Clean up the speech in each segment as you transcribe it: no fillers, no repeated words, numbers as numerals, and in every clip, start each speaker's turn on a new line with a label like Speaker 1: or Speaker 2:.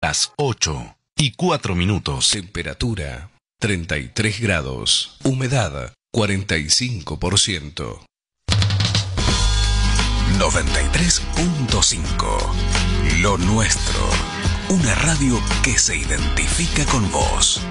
Speaker 1: Las 8:04. Temperatura 33 grados. Humedad 45%. 93.5. Lo nuestro. Una radio que se identifica con vos.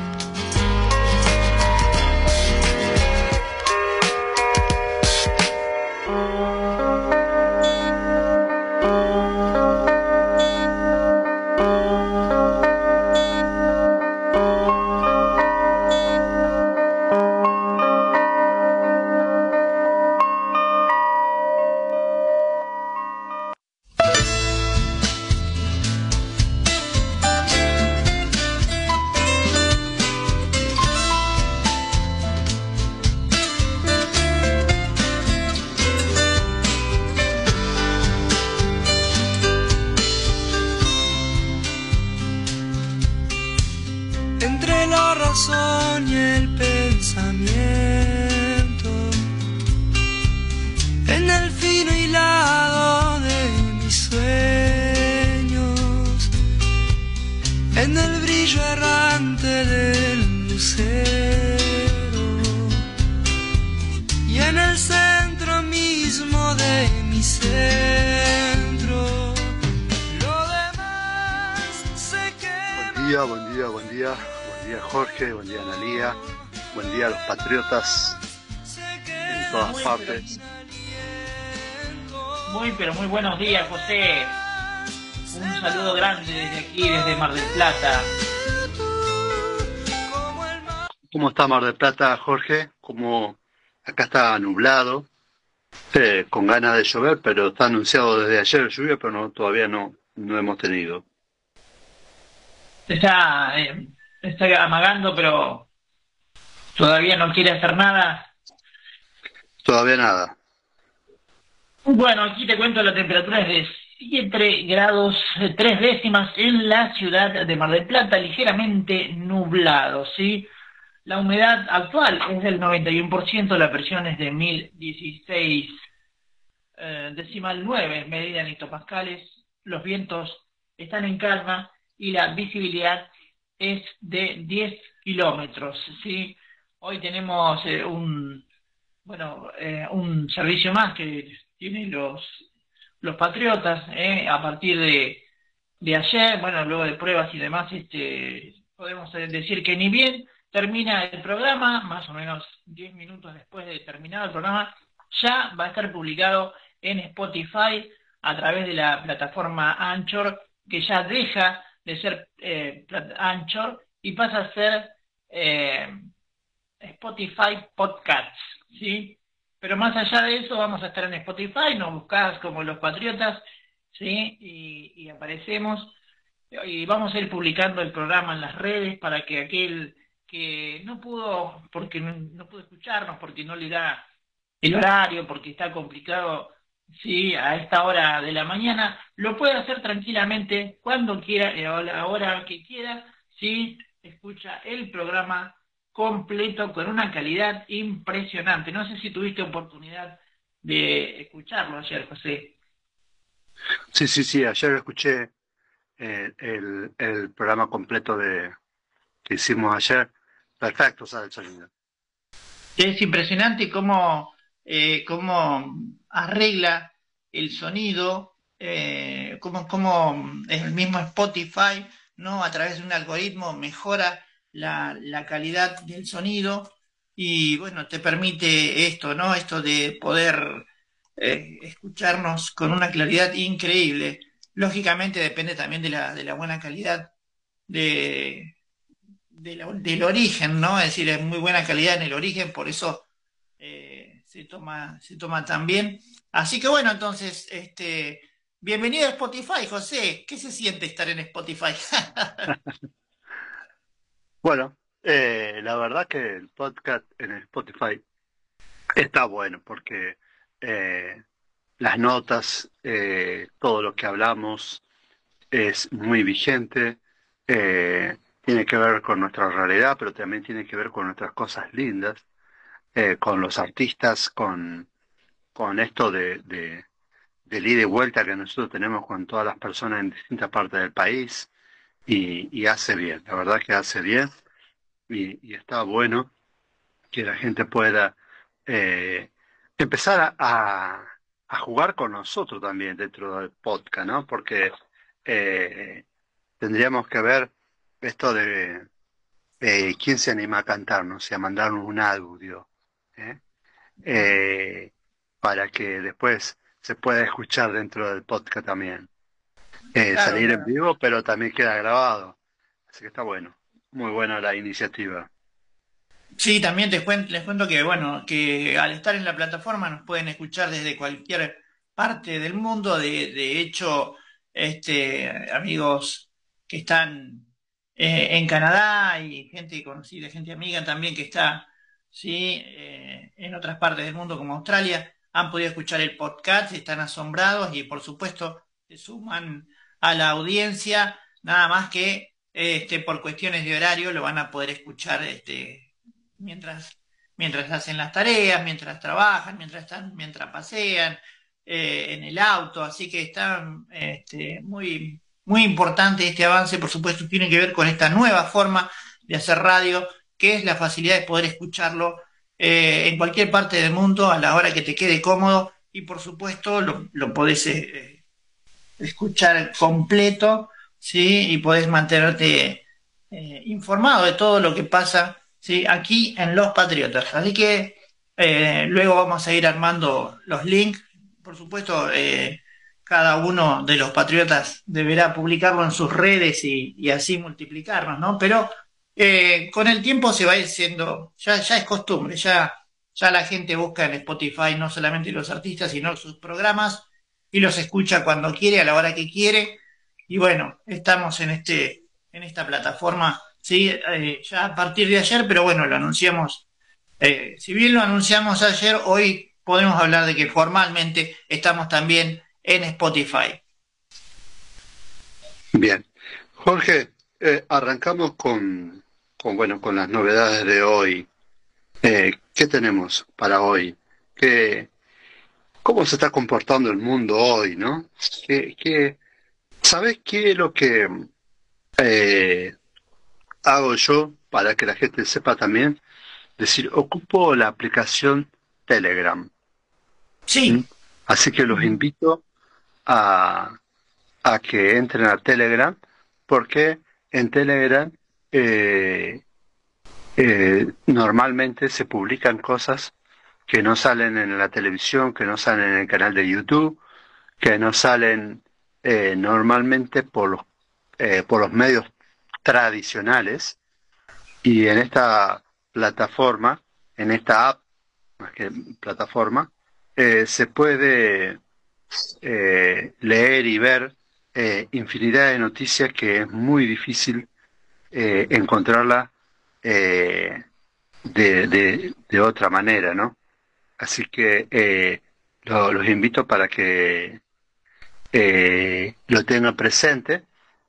Speaker 2: Patriotas en todas partes.
Speaker 3: Pero muy buenos días, José. Un saludo grande desde aquí, desde Mar del Plata.
Speaker 2: ¿Cómo está Mar del Plata, Jorge? Como acá está nublado, con ganas de llover, pero está anunciado desde ayer lluvia, pero todavía no hemos tenido.
Speaker 3: Está amagando, pero ¿todavía no quiere hacer nada?
Speaker 2: Todavía nada.
Speaker 3: Bueno, aquí te cuento, la temperatura es de 7 grados 3 décimas en la ciudad de Mar del Plata, ligeramente nublado, ¿sí? La humedad actual es del 91%, la presión es de 1016 decimal 9 medida en hectopascales, los vientos están en calma y la visibilidad es de 10 kilómetros, ¿sí? Hoy tenemos un servicio más que tienen los Patriotas, a partir de ayer, luego de pruebas y demás, podemos decir que ni bien termina el programa, más o menos 10 minutos después de terminado el programa, ya va a estar publicado en Spotify a través de la plataforma Anchor, que ya deja de ser Anchor y pasa a ser Spotify Podcasts, ¿sí? Pero más allá de eso, vamos a estar en Spotify, nos buscás como Los Patriotas, ¿sí? Y aparecemos, y vamos a ir publicando el programa en las redes para que aquel que no pudo, porque no pudo escucharnos, porque no le da el horario, porque está complicado, ¿sí? A esta hora de la mañana, lo pueda hacer tranquilamente, cuando quiera, a la hora que quiera, ¿sí? Escucha el programa completo con una calidad impresionante. No sé si tuviste oportunidad de escucharlo ayer, José.
Speaker 2: Sí, ayer escuché el programa completo que hicimos ayer. Perfecto, sale el sonido.
Speaker 3: Es impresionante cómo arregla el sonido, cómo el mismo Spotify, ¿no? A través de un algoritmo mejora la calidad del sonido y te permite esto, ¿no? Esto de poder escucharnos con una claridad increíble. Lógicamente depende también de la buena calidad del origen, ¿no? Es decir, es muy buena calidad en el origen, por eso se toma tan bien. Así que entonces, bienvenido a Spotify, José. ¿Qué se siente estar en Spotify?
Speaker 2: Bueno, la verdad que el podcast en Spotify está bueno porque las notas, todo lo que hablamos es muy vigente, tiene que ver con nuestra realidad, pero también tiene que ver con nuestras cosas lindas, con los artistas, con esto del ida y vuelta que nosotros tenemos con todas las personas en distintas partes del país. y hace bien, la verdad que hace bien y está bueno que la gente pueda eh, empezar a jugar con nosotros también dentro del podcast, ¿no? Porque eh, tendríamos que ver esto de quién se anima a cantarnos y a mandarnos un audio, ¿eh? Eh, para que después se pueda escuchar dentro del podcast también.
Speaker 3: Claro,
Speaker 2: Salir en
Speaker 3: claro.
Speaker 2: vivo, pero también queda grabado. Así que está bueno. Muy buena la iniciativa.
Speaker 3: Sí, también les cuento que, bueno, que al estar en la plataforma nos pueden escuchar desde cualquier parte del mundo. De hecho, amigos que están en Canadá y gente conocida, gente amiga también que está, sí, en otras partes del mundo como Australia, han podido escuchar el podcast, están asombrados y, por supuesto, se suman a la audiencia, nada más que por cuestiones de horario lo van a poder escuchar mientras, mientras hacen las tareas, mientras trabajan, mientras pasean, en el auto, así que está muy, muy importante este avance, por supuesto, tiene que ver con esta nueva forma de hacer radio, que es la facilidad de poder escucharlo en cualquier parte del mundo a la hora que te quede cómodo y por supuesto lo podés escuchar completo, ¿sí? Y podés mantenerte informado de todo lo que pasa, ¿sí? Aquí en Los Patriotas. Así que luego vamos a ir armando los links. Por supuesto, cada uno de los Patriotas deberá publicarlo en sus redes y así multiplicarnos, ¿no? Pero con el tiempo se va a ir siendo, ya es costumbre, ya la gente busca en Spotify no solamente los artistas, sino sus programas y los escucha cuando quiere, a la hora que quiere. Y bueno, estamos en esta plataforma, ¿sí? Ya a partir de ayer, pero bueno, lo anunciamos. Si bien lo anunciamos ayer, hoy podemos hablar de que formalmente estamos también en Spotify.
Speaker 2: Bien. Jorge, arrancamos bueno, con las novedades de hoy. ¿Qué tenemos para hoy? ¿Qué, ¿Cómo se está comportando el mundo hoy, no? ¿Sabes qué es lo que eh, hago yo para que la gente sepa también? Decir, ocupo la aplicación Telegram. ¿M?
Speaker 3: Sí.
Speaker 2: Así que los invito a, a que entren a Telegram, porque en Telegram eh, normalmente se publican cosas que no salen en la televisión, que no salen en el canal de YouTube, que no salen normalmente por los medios tradicionales. Y en esta plataforma, en esta app, más que plataforma, se puede leer y ver infinidad de noticias que es muy difícil encontrarla eh, de otra manera, ¿no? Así que los invito para que lo tengan presente.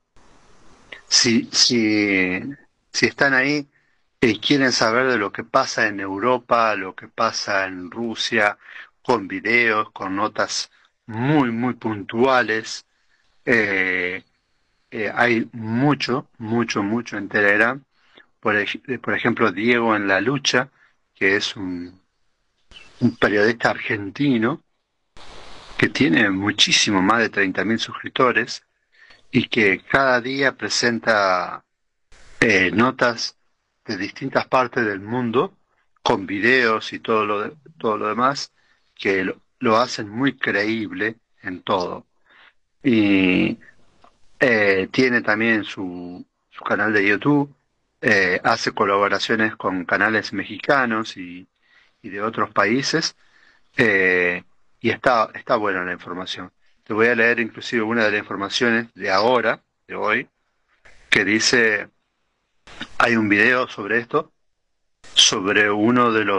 Speaker 2: Si están ahí y quieren saber de lo que pasa en Europa, lo que pasa en Rusia, con videos, con notas muy, muy puntuales, eh, hay mucho, mucho, mucho en Telegram. Por ejemplo, Diego en la Lucha, que es un periodista argentino que tiene muchísimo, más de 30.000 suscriptores y que cada día presenta notas de distintas partes del mundo con videos y todo lo demás que lo hacen muy creíble en todo. Y tiene también su canal de YouTube, hace colaboraciones con canales mexicanos y de otros países, eh, y está buena la información. Te voy a leer inclusive una de las informaciones de ahora, de hoy, que dice, hay un video sobre esto, sobre uno de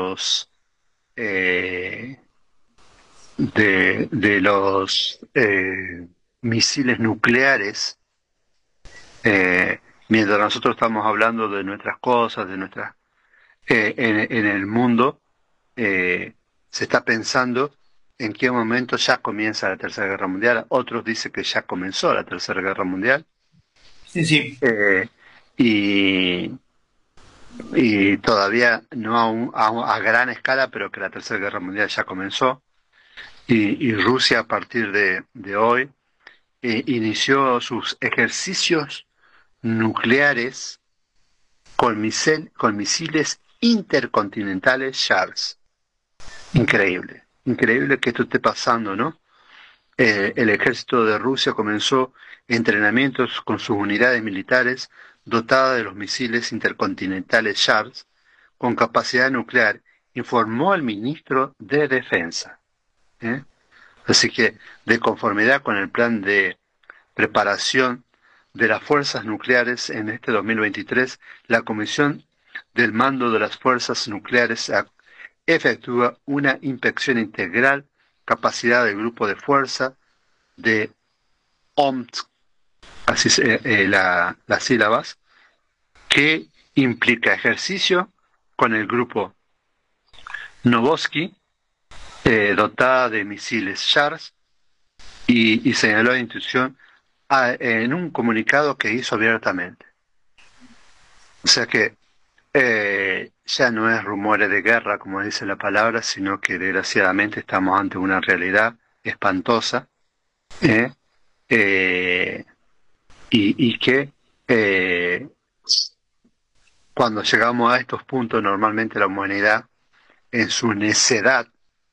Speaker 2: eh, los misiles nucleares. eh, Mientras nosotros estamos hablando de nuestras cosas, de nuestras en el mundo, se está pensando en qué momento ya comienza la Tercera Guerra Mundial. Otros dicen que ya comenzó la Tercera Guerra Mundial.
Speaker 3: Sí, sí.
Speaker 2: eh, y, y todavía no a gran escala, pero que la Tercera Guerra Mundial ya comenzó. Y Rusia a partir de hoy inició sus ejercicios nucleares con misiles intercontinentales Charles. Increíble, increíble que esto esté pasando, ¿no? El ejército de Rusia comenzó entrenamientos con sus unidades militares dotadas de los misiles intercontinentales Charles con capacidad nuclear, informó el ministro de Defensa. ¿Eh? Así que, de conformidad con el plan de preparación de las fuerzas nucleares en este 2023, la Comisión del Mando de las Fuerzas Nucleares efectúa una inspección integral capacidad del grupo de fuerza de OMT, así las sílabas, que implica ejercicio con el grupo Novosti, dotada de misiles SHARS, y señaló la institución en un comunicado que hizo abiertamente. O sea que ya no es rumores de guerra, como dice la palabra, sino que desgraciadamente estamos ante una realidad espantosa, ¿eh? Eh, y que cuando llegamos a estos puntos, normalmente la humanidad, en su necedad,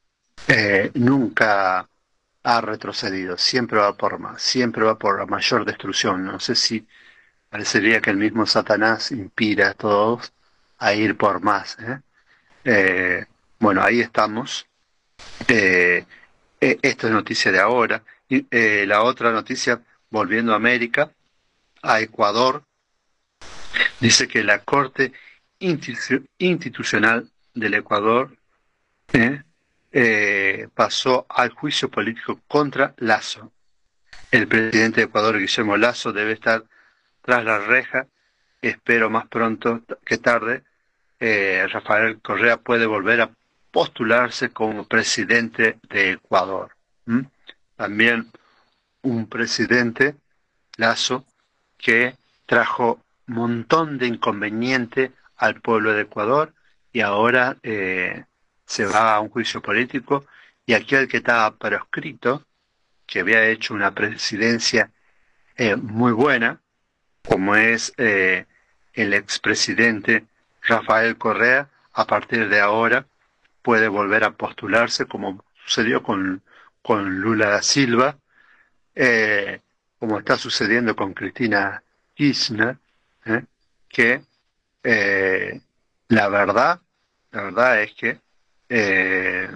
Speaker 2: nunca ha retrocedido, siempre va por más, siempre va por la mayor destrucción. No sé si parecería que el mismo Satanás inspira a todos a ir por más. Eh, bueno, ahí estamos. Eh, Esto es noticia de ahora. Y la otra noticia, volviendo a América, a Ecuador, dice que la Corte Institucional del Ecuador ¿eh? Pasó al juicio político contra Lasso. El presidente de Ecuador, Guillermo Lasso, debe estar tras la reja. Espero más pronto que tarde. Rafael Correa puede volver a postularse como presidente de Ecuador. ¿Mm? También un presidente, Lasso, que trajo un montón de inconveniente al pueblo de Ecuador y ahora se va a un juicio político y aquel que estaba proscrito, que había hecho una presidencia muy buena, como es el expresidente Rafael Correa, a partir de ahora puede volver a postularse, como sucedió con Lula da Silva, eh, como está sucediendo con Cristina Kirchner, ¿eh? que eh, la verdad, la verdad es que eh,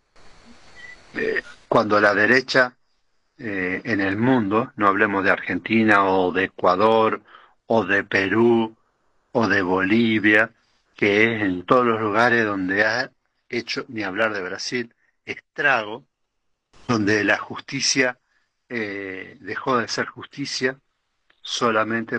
Speaker 2: cuando la derecha en el mundo, no hablemos de Argentina o de Ecuador o de Perú o de Bolivia, que es en todos los lugares donde ha hecho, ni hablar de Brasil, estrago, donde la justicia dejó de ser justicia solamente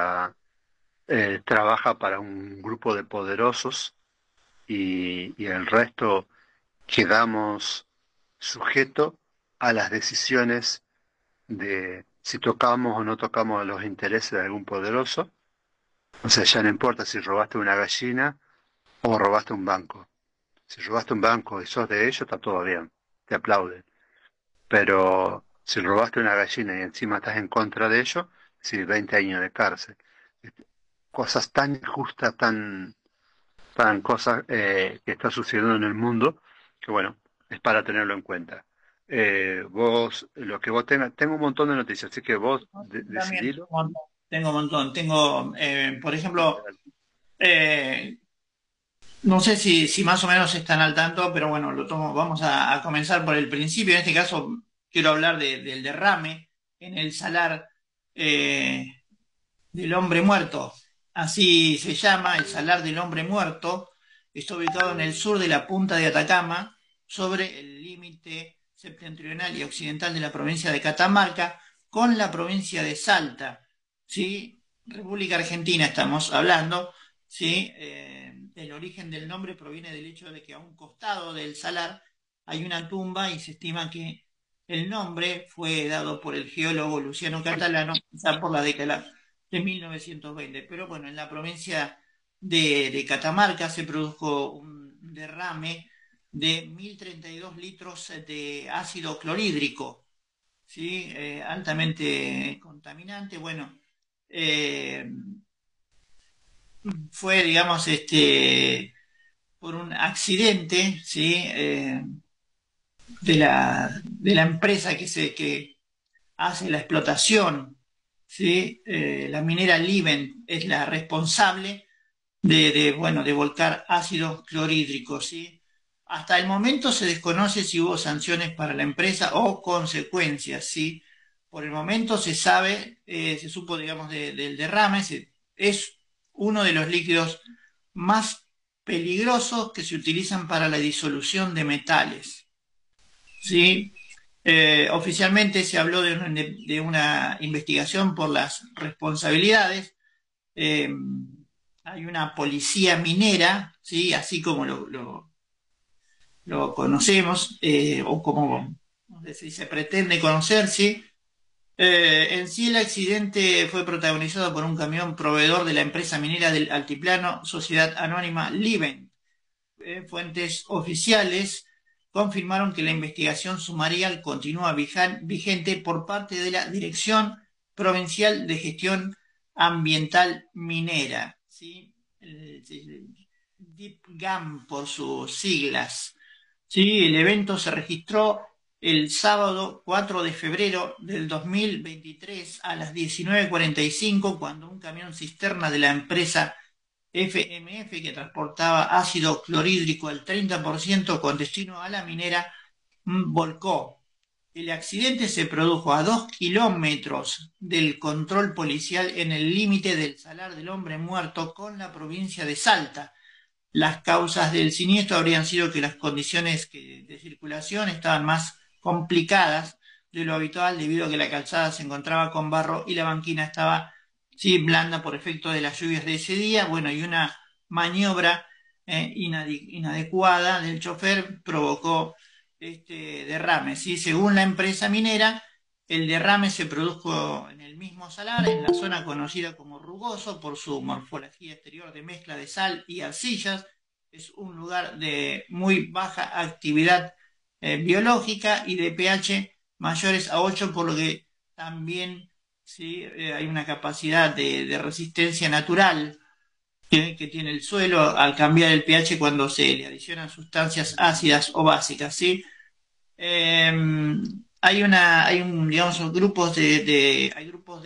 Speaker 2: trabaja para un grupo de poderosos y el resto quedamos sujetos a las decisiones de si tocamos o no tocamos los intereses de algún poderoso. O sea, ya no importa si robaste una gallina o robaste un banco. Si robaste un banco y sos de ellos, está todo bien, te aplauden. Pero si robaste una gallina y encima estás en contra de ellos, sí, 20 años de cárcel. Cosas tan injustas, tan cosas que está sucediendo en el mundo, que bueno, es para tenerlo en cuenta. Vos, lo que vos tengas, tengo un montón de noticias, así que vos
Speaker 3: También
Speaker 2: decidilo.
Speaker 3: tengo un montón. Tengo, por ejemplo, eh, no sé si más o menos están al tanto, pero bueno, lo tomo. Vamos a comenzar por el principio. En este caso, quiero hablar del derrame en el salar eh, del hombre muerto. Así se llama, el salar del hombre muerto. Está ubicado en el sur de la punta de Atacama, sobre el límite septentrional y occidental de la provincia de Catamarca, con la provincia de Salta. ¿Sí? República Argentina estamos hablando. ¿Sí? El origen del nombre proviene del hecho de que a un costado del salar hay una tumba y se estima que el nombre fue dado por el geólogo Luciano Catalano, quizá por la década de 1920. Pero bueno, en la provincia de Catamarca se produjo un derrame de 1.032 litros de ácido clorhídrico, ¿sí? Altamente contaminante. Bueno, eh, fue, digamos, por un accidente, ¿sí? De la empresa que hace la explotación, ¿sí? La minera Livent es la responsable bueno, de volcar ácido clorhídrico, ¿sí? Hasta el momento se desconoce si hubo sanciones para la empresa o consecuencias, ¿sí? Por el momento se sabe, se supo, digamos, del derrame, es uno de los líquidos más peligrosos que se utilizan para la disolución de metales, ¿sí? Oficialmente se habló de una investigación por las responsabilidades. Eh, Hay una policía minera, ¿sí? Así como lo conocemos, o como no sé si se pretende conocer, ¿sí? En sí el accidente fue protagonizado por un camión proveedor de la empresa minera del Altiplano, Sociedad Anónima Livent. Fuentes oficiales confirmaron que la investigación sumarial continúa vigente por parte de la Dirección Provincial de Gestión Ambiental Minera, ¿sí? DIPGAM por sus siglas. Sí, el evento se registró el sábado 4 de febrero del 2023 a las 19:45, cuando un camión cisterna de la empresa FMF, que transportaba ácido clorhídrico al 30% con destino a la minera, volcó. El accidente se produjo a 2 kilómetros del control policial en el límite del Salar del Hombre Muerto con la provincia de Salta. Las causas del siniestro habrían sido que las condiciones de circulación estaban más complicadas de lo habitual, debido a que la calzada se encontraba con barro y la banquina estaba, sí, blanda por efecto de las lluvias de ese día. Bueno, y una maniobra inadecuada del chofer provocó este derrame, ¿sí? Según la empresa minera, el derrame se produjo en el mismo salar, en la zona conocida como Rugoso por su morfología exterior de mezcla de sal y arcillas. Es un lugar de muy baja actividad biológica y de pH mayores a 8, por lo que también, ¿sí? Hay una capacidad de resistencia natural que tiene el suelo al cambiar el pH cuando se le adicionan sustancias ácidas o básicas, ¿sí? Eh, digamos, hay grupos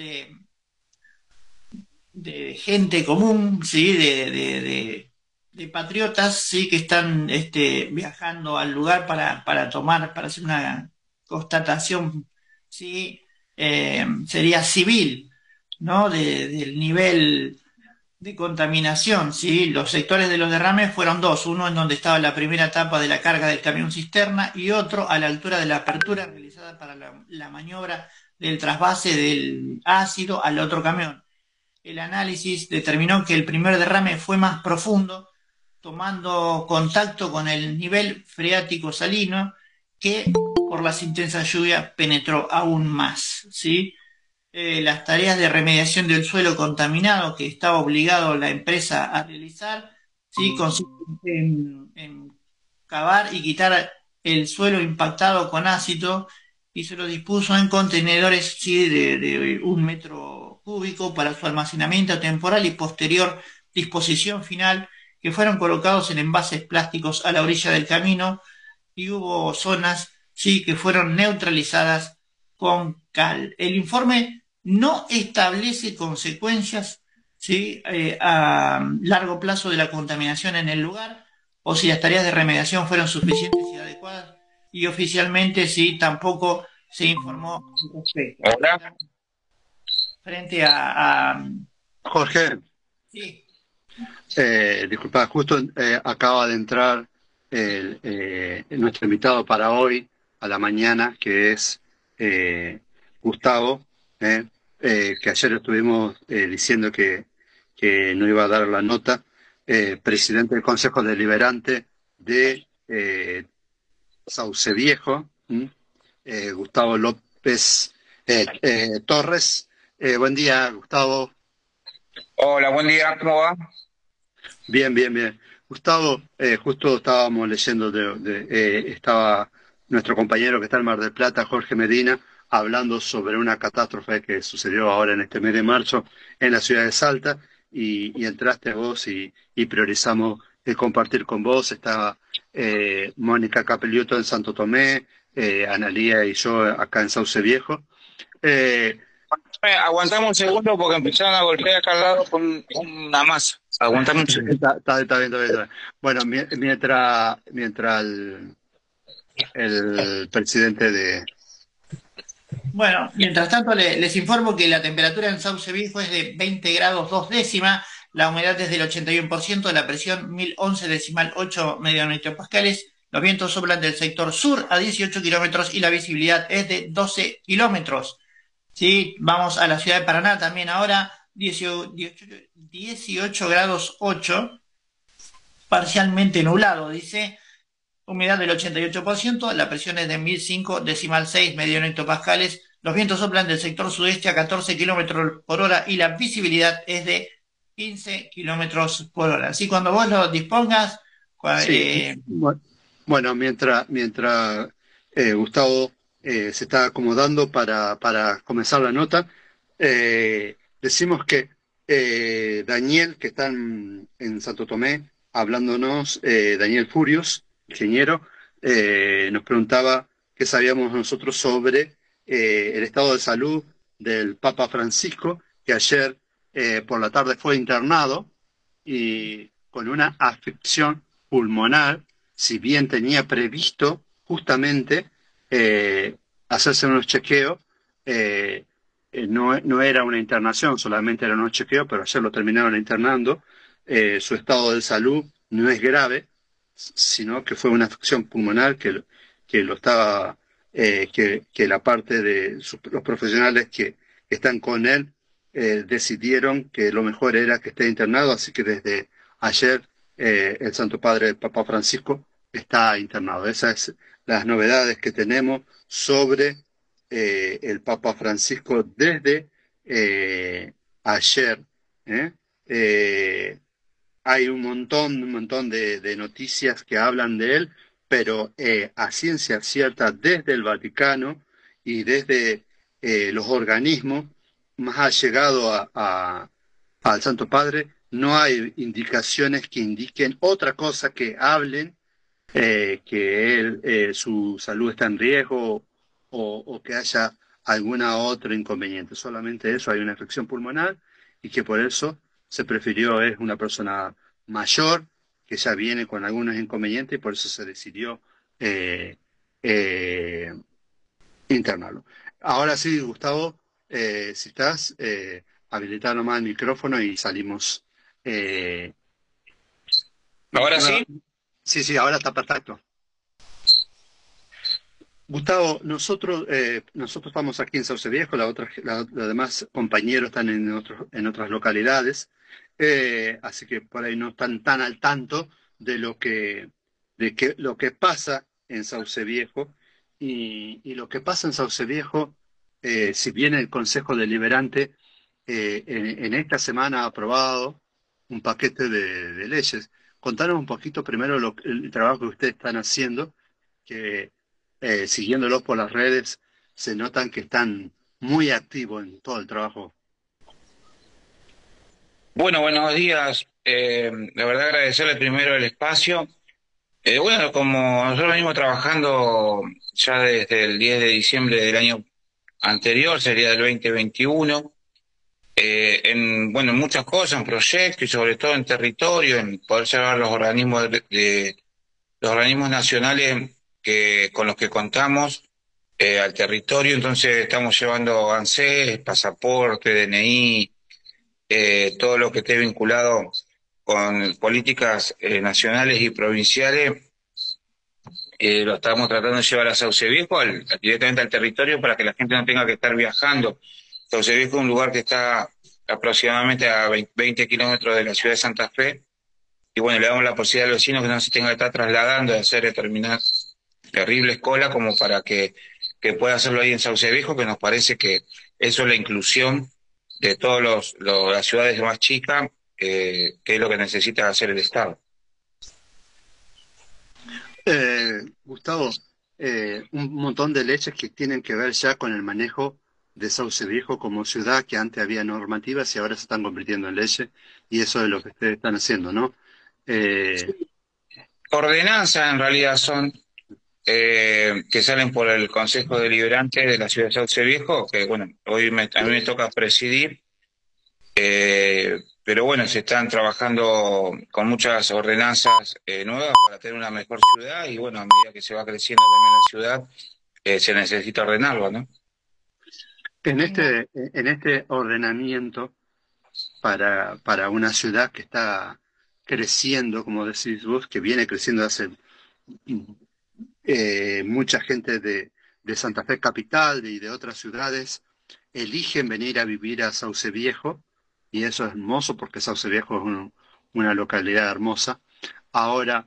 Speaker 3: de gente común, ¿sí? De patriotas, ¿sí? Que están viajando al lugar para hacer una constatación, ¿sí? Sería civil, ¿no? Del nivel de contaminación, ¿sí? Los sectores de los derrames fueron dos: uno en donde estaba la primera etapa de la carga del camión cisterna y otro a la altura de la apertura realizada para la maniobra del trasvase del ácido al otro camión. El análisis determinó que el primer derrame fue más profundo, tomando contacto con el nivel freático salino, que por las intensas lluvias penetró aún más, ¿sí? Las tareas de remediación del suelo contaminado que estaba obligado la empresa a realizar, ¿sí? Consisten en cavar y quitar el suelo impactado con ácido, y se lo dispuso en contenedores, ¿sí? de 1 metro cúbico para su almacenamiento temporal y posterior disposición final, que fueron colocados en envases plásticos a la orilla del camino, y hubo zonas, sí, que fueron neutralizadas con cal. El informe no establece consecuencias, ¿sí? A largo plazo de la contaminación en el lugar, o si las tareas de remediación fueron suficientes y adecuadas, y oficialmente, sí, tampoco se informó al respecto.
Speaker 4: Hola.
Speaker 3: Frente a
Speaker 2: Jorge,
Speaker 3: sí,
Speaker 2: disculpa, justo acaba de entrar nuestro invitado para hoy a la mañana, que es Gustavo, que ayer estuvimos diciendo que no iba a dar la nota, presidente del Consejo Deliberante de Sauce Viejo, Gustavo López Torres. Buen día, Gustavo.
Speaker 4: Hola, buen día, ¿cómo va?
Speaker 2: Bien, bien, bien. Gustavo, justo estábamos leyendo estaba nuestro compañero que está en Mar del Plata, Jorge Medina, hablando sobre una catástrofe que sucedió ahora en este mes de marzo en la ciudad de Salta y entraste vos y priorizamos compartir con vos. Estaba Mónica Capelluto en Santo Tomé, Analía y yo acá en Sauce Viejo. Eh,
Speaker 4: Aguantame un segundo porque empezaron a golpear acá al lado con una masa. Aguantame un segundo.
Speaker 2: está bien, está bien, está bien. Bueno, mientras el presidente de...
Speaker 3: Bueno, mientras tanto les informo que la temperatura en Sauce Viejo es de 20 grados 2 décima, la humedad es del 81%, la presión 1011,8 mediohectopascales, los vientos soplan del sector sur a 18 kilómetros y la visibilidad es de 12 kilómetros. ¿Sí? Vamos a la ciudad de Paraná también ahora, 18 grados 8, parcialmente nublado, dice. Humedad del 88%, la presión es de 1005,6 mediohectopascales, los vientos soplan del sector sudeste a 14 kilómetros por hora y la visibilidad es de 15 kilómetros por hora. Así cuando vos lo dispongas,
Speaker 2: Sí, bueno, mientras Gustavo se está acomodando para comenzar la nota, decimos que Daniel, que está en Santo Tomé, hablándonos, Daniel Furios, ingeniero, nos preguntaba qué sabíamos nosotros sobre el estado de salud del Papa Francisco, que ayer por la tarde fue internado y con una afección pulmonar, si bien tenía previsto justamente hacerse unos chequeos, eh, no era una internación, solamente era unos chequeos, pero ayer lo terminaron internando. Su estado de salud no es grave, sino que fue una afección pulmonar que lo estaba, que la parte de los profesionales que están con él decidieron que lo mejor era que esté internado, así que desde ayer el Santo Padre, el Papa Francisco, está internado. Esas son las novedades que tenemos sobre el Papa Francisco desde ayer. ¿eh? Eh, Hay un montón de noticias que hablan de él, pero a ciencia cierta desde el Vaticano y desde los organismos más allegado al Santo Padre, no hay indicaciones que indiquen otra cosa que hablen que su salud está en riesgo o que haya alguna otro inconveniente. Solamente eso, hay una afección pulmonar y que por eso se prefirió, es una persona mayor que ya viene con algunos inconvenientes y por eso se decidió eh, eh, internarlo. Ahora sí, Gustavo, si estás, habilitar nomás el micrófono y salimos. eh,
Speaker 4: Ahora
Speaker 2: nueva-
Speaker 4: sí,
Speaker 2: Sí, sí, ahora está perfecto. Gustavo, nosotros estamos aquí en Sauce Viejo, los demás compañeros están en otras localidades, así que por ahí no están tan al tanto de lo que pasa en Sauce Viejo y lo que pasa en Sauce Viejo, si bien el Consejo Deliberante en esta semana ha aprobado un paquete de leyes. Contanos un poquito primero el trabajo que ustedes están haciendo, que siguiéndolos por las redes, se notan que están muy activos en todo el trabajo.
Speaker 4: bueno, buenos días. La verdad agradecerle primero el espacio. Bueno, como nosotros venimos trabajando ya desde el 10 de diciembre del año anterior, sería del 2021, bueno, en muchas cosas, en proyectos y sobre todo en territorio, en poder llevar los organismos los organismos nacionales con los que contamos al territorio. Entonces estamos llevando ANSES, pasaporte, DNI, todo lo que esté vinculado con políticas nacionales y provinciales. Lo estamos tratando de llevar a Sauce Viejo directamente al territorio para que la gente no tenga que estar viajando. Sauce Viejo es un lugar que está aproximadamente a 20 kilómetros de la ciudad de Santa Fe, y bueno, le damos la posibilidad a los vecinos que no se tengan que estar trasladando, de hacer determinadas terribles colas, como para que pueda hacerlo ahí en Sauce Viejo, que nos parece que eso es la inclusión de todas las ciudades más chicas, qué es lo que necesita hacer el Estado.
Speaker 2: Gustavo, un montón de leyes que tienen que ver ya con el manejo de Sauce Viejo como ciudad, que antes había normativas y ahora se están convirtiendo en leyes, y eso es lo que ustedes están haciendo, ¿no? Eh,
Speaker 4: Ordenanzas en realidad son que salen por el Consejo Deliberante de la ciudad de Sauce Viejo, que bueno, a mí me toca presidir, pero bueno, se están trabajando con muchas ordenanzas nuevas para tener una mejor ciudad y bueno, a medida que se va creciendo también la ciudad, se necesita ordenarlo, ¿no?
Speaker 2: en este ordenamiento para una ciudad que está creciendo, como decís vos, que viene creciendo hace mucha gente de Santa Fe Capital y de otras ciudades eligen venir a vivir a Sauce Viejo, y eso es hermoso porque Sauce Viejo es una localidad hermosa. Ahora,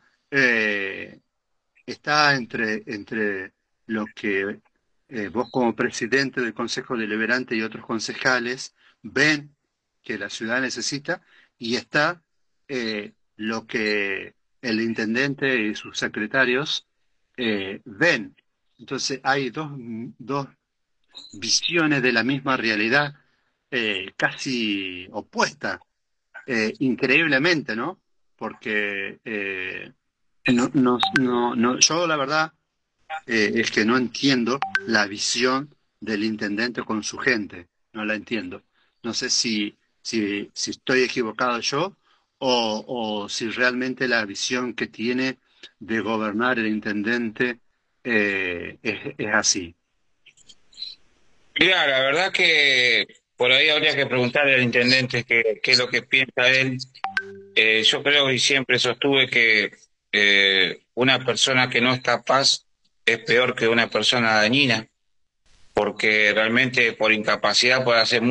Speaker 2: está entre lo que vos como presidente del Consejo Deliberante y otros concejales ven que la ciudad necesita, y está lo que el intendente y sus secretarios ven. Entonces hay dos visiones de la misma realidad, casi opuesta, increíblemente, ¿no? Porque yo la verdad es que no entiendo la visión del intendente con su gente, no la entiendo. No sé si estoy equivocado yo o si realmente la visión que tiene de gobernar el intendente es así.
Speaker 4: Mira, la verdad que por ahí habría que preguntarle al intendente qué es lo que piensa él. Yo creo y siempre sostuve que una persona que no es capaz es peor que una persona dañina, porque realmente por incapacidad puede hacer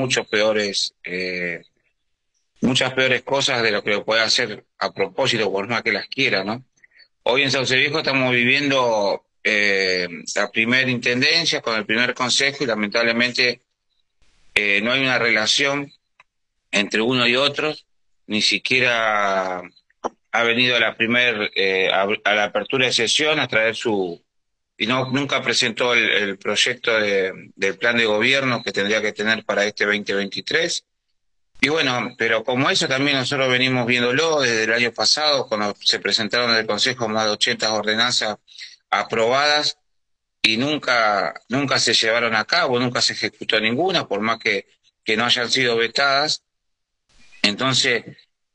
Speaker 4: muchas peores cosas de lo que lo puede hacer a propósito, por más que las quiera, ¿no? Hoy en Sauce Viejo estamos viviendo la primera intendencia con el primer consejo y lamentablemente no hay una relación entre uno y otro, ni siquiera ha venido a a la apertura de sesión a traer y nunca presentó el proyecto del plan de gobierno que tendría que tener para este 2023. Y bueno, pero como eso también nosotros venimos viéndolo desde el año pasado, cuando se presentaron en el Consejo más de 80 ordenanzas aprobadas y nunca se llevaron a cabo, nunca se ejecutó ninguna, por más que no hayan sido vetadas. Entonces,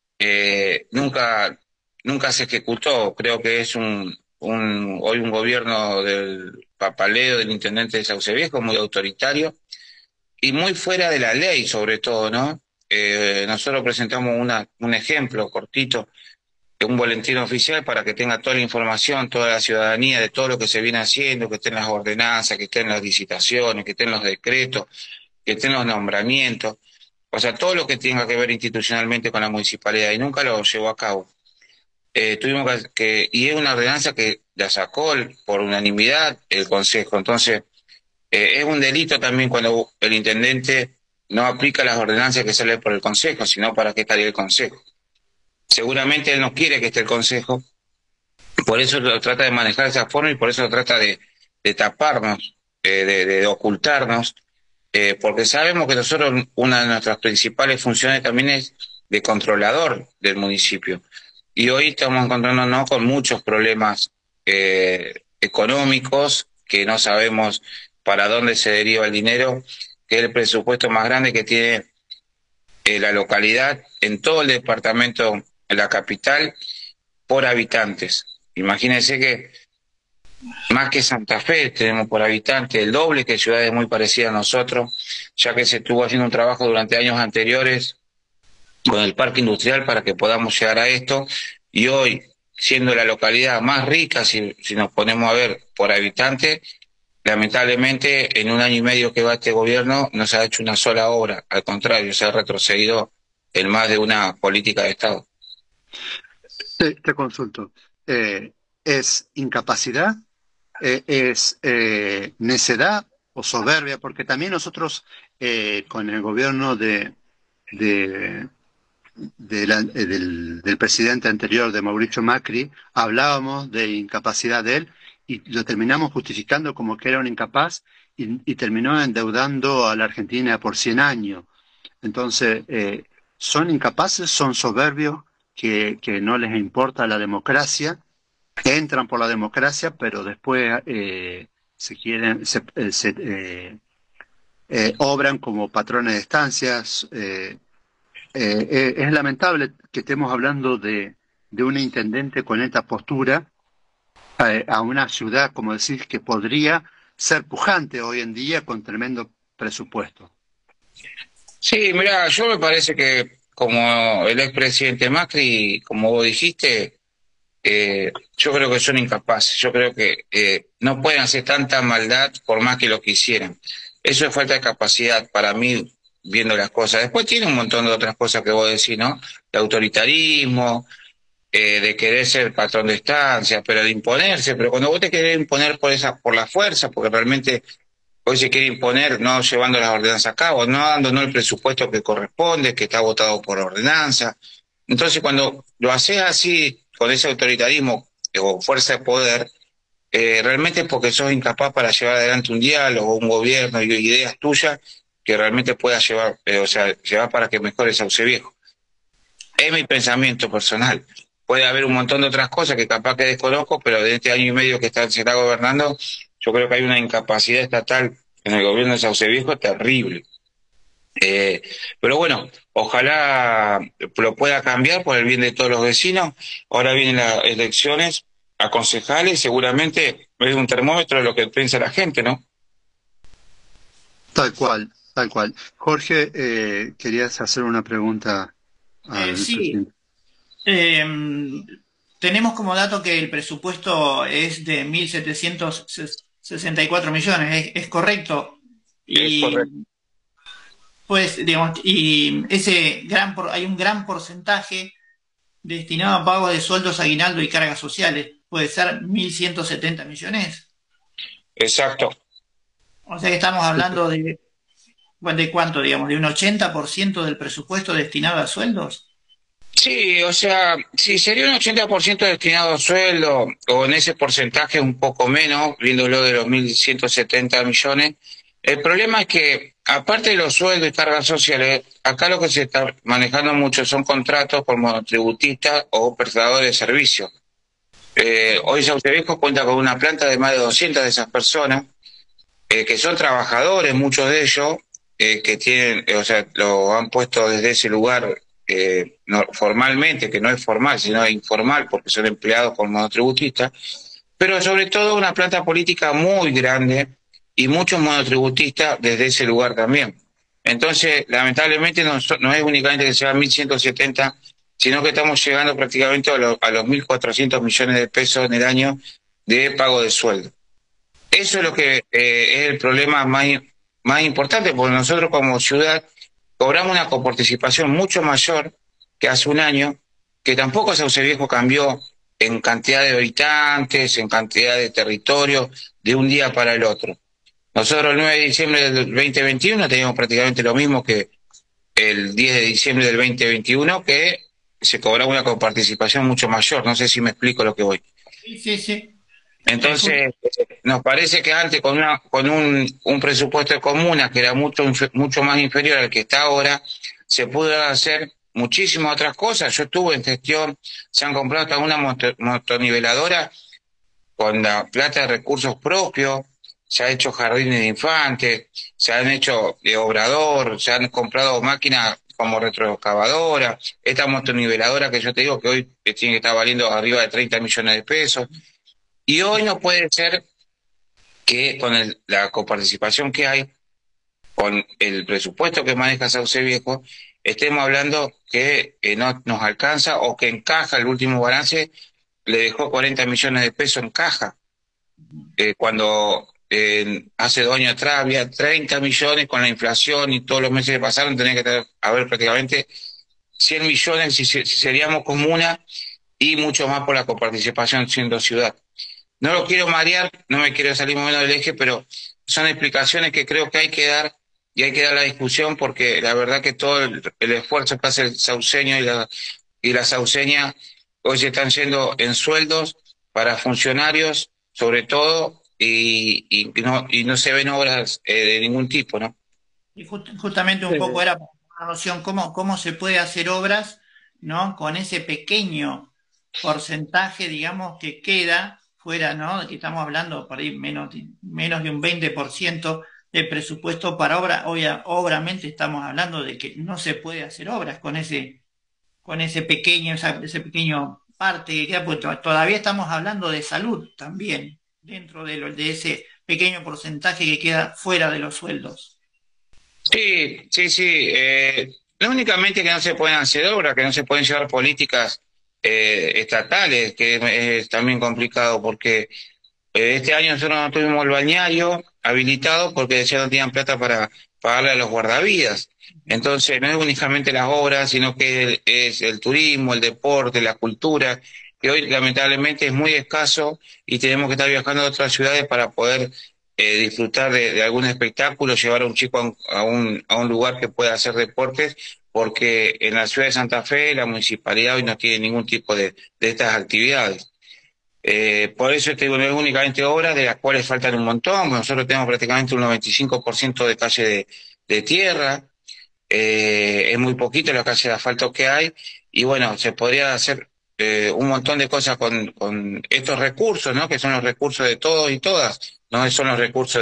Speaker 4: nunca se ejecutó. Creo que es hoy un gobierno del papaleo del intendente de Sauce Viejo muy autoritario y muy fuera de la ley, sobre todo, ¿no? Nosotros presentamos un ejemplo cortito, un boletín oficial para que tenga toda la información, toda la ciudadanía de todo lo que se viene haciendo, que estén las ordenanzas, que estén las licitaciones, que estén los decretos, que estén los nombramientos, o sea, todo lo que tenga que ver institucionalmente con la municipalidad, y nunca lo llevó a cabo. Y es una ordenanza que la sacó por unanimidad el Consejo, entonces es un delito también cuando el intendente no aplica las ordenanzas que salen por el Consejo, sino para qué estaría el Consejo. Seguramente él no quiere que esté el Consejo, por eso lo trata de manejar de esa forma y por eso lo trata de taparnos, de ocultarnos, porque sabemos que nosotros una de nuestras principales funciones también es de controlador del municipio. Y hoy estamos encontrándonos con muchos problemas económicos que no sabemos para dónde se deriva el dinero, que es el presupuesto más grande que tiene la localidad en todo el departamento, en la capital, por habitantes. Imagínense que más que Santa Fe tenemos por habitante el doble que ciudades muy parecidas a nosotros, ya que se estuvo haciendo un trabajo durante años anteriores con el parque industrial para que podamos llegar a esto, y hoy, siendo la localidad más rica, si nos ponemos a ver por habitante, lamentablemente en un año y medio que va este gobierno no se ha hecho una sola obra, al contrario, se ha retrocedido en más de una política de Estado.
Speaker 2: Te consulto. ¿Es incapacidad? ¿Es necedad o soberbia? Porque también nosotros con el gobierno de, del presidente anterior, de Mauricio Macri, hablábamos de incapacidad de él y lo terminamos justificando como que era un incapaz y terminó endeudando a la Argentina por 100 años. Entonces, son incapaces, son soberbios, que no les importa la democracia, entran por la democracia, pero después se quieren, obran como patrones de estancias. Es lamentable que estemos hablando de un intendente con esta postura a una ciudad, como decís, que podría ser pujante hoy en día con tremendo presupuesto.
Speaker 4: Sí, mira, yo me parece que como el expresidente Macri, como vos dijiste, yo creo que son incapaces, yo creo que no pueden hacer tanta maldad por más que lo quisieran. Eso es falta de capacidad para mí, viendo las cosas. Después tiene un montón de otras cosas que vos decís, ¿no? De autoritarismo, de querer ser patrón de estancia, pero de imponerse. Pero cuando vos te querés imponer por la fuerza, porque realmente hoy se quiere imponer no llevando las ordenanzas a cabo, no dándonos el presupuesto que corresponde, que está votado por ordenanza. Entonces, cuando lo haces así, con ese autoritarismo o fuerza de poder, realmente es porque sos incapaz para llevar adelante un diálogo, un gobierno y ideas tuyas que realmente puedas llevar, llevar para que mejore Sauce Viejo. Es mi pensamiento personal. Puede haber un montón de otras cosas que capaz que desconozco, pero de este año y medio que se está gobernando, yo creo que hay una incapacidad estatal en el gobierno de Sauce Viejo terrible. Pero bueno, ojalá lo pueda cambiar por el bien de todos los vecinos. Ahora vienen las elecciones a concejales, seguramente es un termómetro de lo que piensa la gente, ¿no?
Speaker 2: Tal cual, tal cual. Jorge, querías hacer una pregunta al
Speaker 3: Sí,
Speaker 2: presidente.
Speaker 3: tenemos como dato que el presupuesto es de 1.764 millones, ¿es correcto?
Speaker 4: Es correcto.
Speaker 3: Y pues, digamos, y hay un gran porcentaje destinado a pago de sueldos, aguinaldo y cargas sociales. Puede ser 1.170 millones.
Speaker 4: Exacto.
Speaker 3: O sea que estamos hablando ¿de cuánto, digamos? ¿De un 80% del presupuesto destinado a sueldos?
Speaker 4: Sí, o sea, si sería un 80% destinado a sueldo, o en ese porcentaje un poco menos, viéndolo de los 1.170 millones, el problema es que, aparte de los sueldos y cargas sociales, acá lo que se está manejando mucho son contratos por monotributistas o prestadores de servicios. Hoy Sauce Viejo cuenta con una planta de más de 200 de esas personas, que son trabajadores, muchos de ellos, que tienen, o sea, lo han puesto desde ese lugar no, formalmente, que no es formal, sino informal, porque son empleados por monotributistas, pero sobre todo una planta política muy grande y muchos monotributistas desde ese lugar también. Entonces, lamentablemente no es únicamente que sean 1.170, sino que estamos llegando prácticamente a los 1.400 millones de pesos en el año de pago de sueldo. Eso es lo que es el problema más importante, porque nosotros como ciudad cobramos una coparticipación mucho mayor que hace un año, que tampoco Sauce Viejo cambió en cantidad de habitantes, en cantidad de territorio, de un día para el otro. Nosotros el 9 de diciembre del 2021 teníamos prácticamente lo mismo que el 10 de diciembre del 2021, que se cobraba una coparticipación mucho mayor. No sé si me explico lo que voy.
Speaker 3: Sí, sí, sí.
Speaker 4: Entonces, nos parece que antes con un presupuesto de comuna que era mucho más inferior al que está ahora, se pudo hacer muchísimas otras cosas. Yo estuve en gestión, se han comprado hasta una motoniveladora con la plata de recursos propios, se ha hecho jardines de infantes, se han hecho de obrador, se han comprado máquinas como retroexcavadora, esta motoniveladora que yo te digo que hoy tiene que estar valiendo arriba de 30 millones de pesos. Y hoy no puede ser que con la coparticipación que hay, con el presupuesto que maneja Sauce Viejo, estemos hablando que no nos alcanza o que en caja el último balance le dejó 40 millones de pesos en caja. Cuando hace 2 años atrás había 30 millones con la inflación y todos los meses que pasaron, tenía que haber prácticamente 100 millones si seríamos comuna y mucho más por la coparticipación siendo ciudad. No lo quiero marear, no me quiero salir muy menos del eje, pero son explicaciones que creo que hay que dar y hay que dar la discusión porque la verdad que todo el esfuerzo que hace el sauceño y la sauceña hoy se están yendo en sueldos para funcionarios, sobre todo, y no se ven obras de ningún tipo, ¿no?
Speaker 3: Y justamente un poco era para tener una noción cómo se puede hacer obras, ¿no? Con ese pequeño porcentaje, digamos, que queda fuera, ¿no? Que estamos hablando por ahí menos de un 20% de presupuesto para obra. Obviamente estamos hablando de que no se puede hacer obras con ese pequeño, ese pequeño parte que queda, pues todavía estamos hablando de salud también, dentro de ese pequeño porcentaje que queda fuera de los sueldos.
Speaker 4: Sí, sí, sí. No únicamente que no se pueden hacer obras, que no se pueden llevar políticas estatales, que es también complicado, porque este año nosotros no tuvimos el balneario habilitado porque ya no tenían plata para pagarle a los guardavidas. Entonces, no es únicamente las obras, sino que es el turismo, el deporte, la cultura, que hoy lamentablemente es muy escaso y tenemos que estar viajando a otras ciudades para poder disfrutar de algún espectáculo, llevar a un chico a un lugar que pueda hacer deportes, porque en la ciudad de Santa Fe la municipalidad hoy no tiene ningún tipo de estas actividades. Por eso te digo, no es únicamente obras, de las cuales faltan un montón. Nosotros tenemos prácticamente un 95% de calle de tierra, es muy poquito la calle de asfalto que hay, y bueno, se podría hacer un montón de cosas con estos recursos, ¿no? Que son los recursos de todos y todas, no son los recursos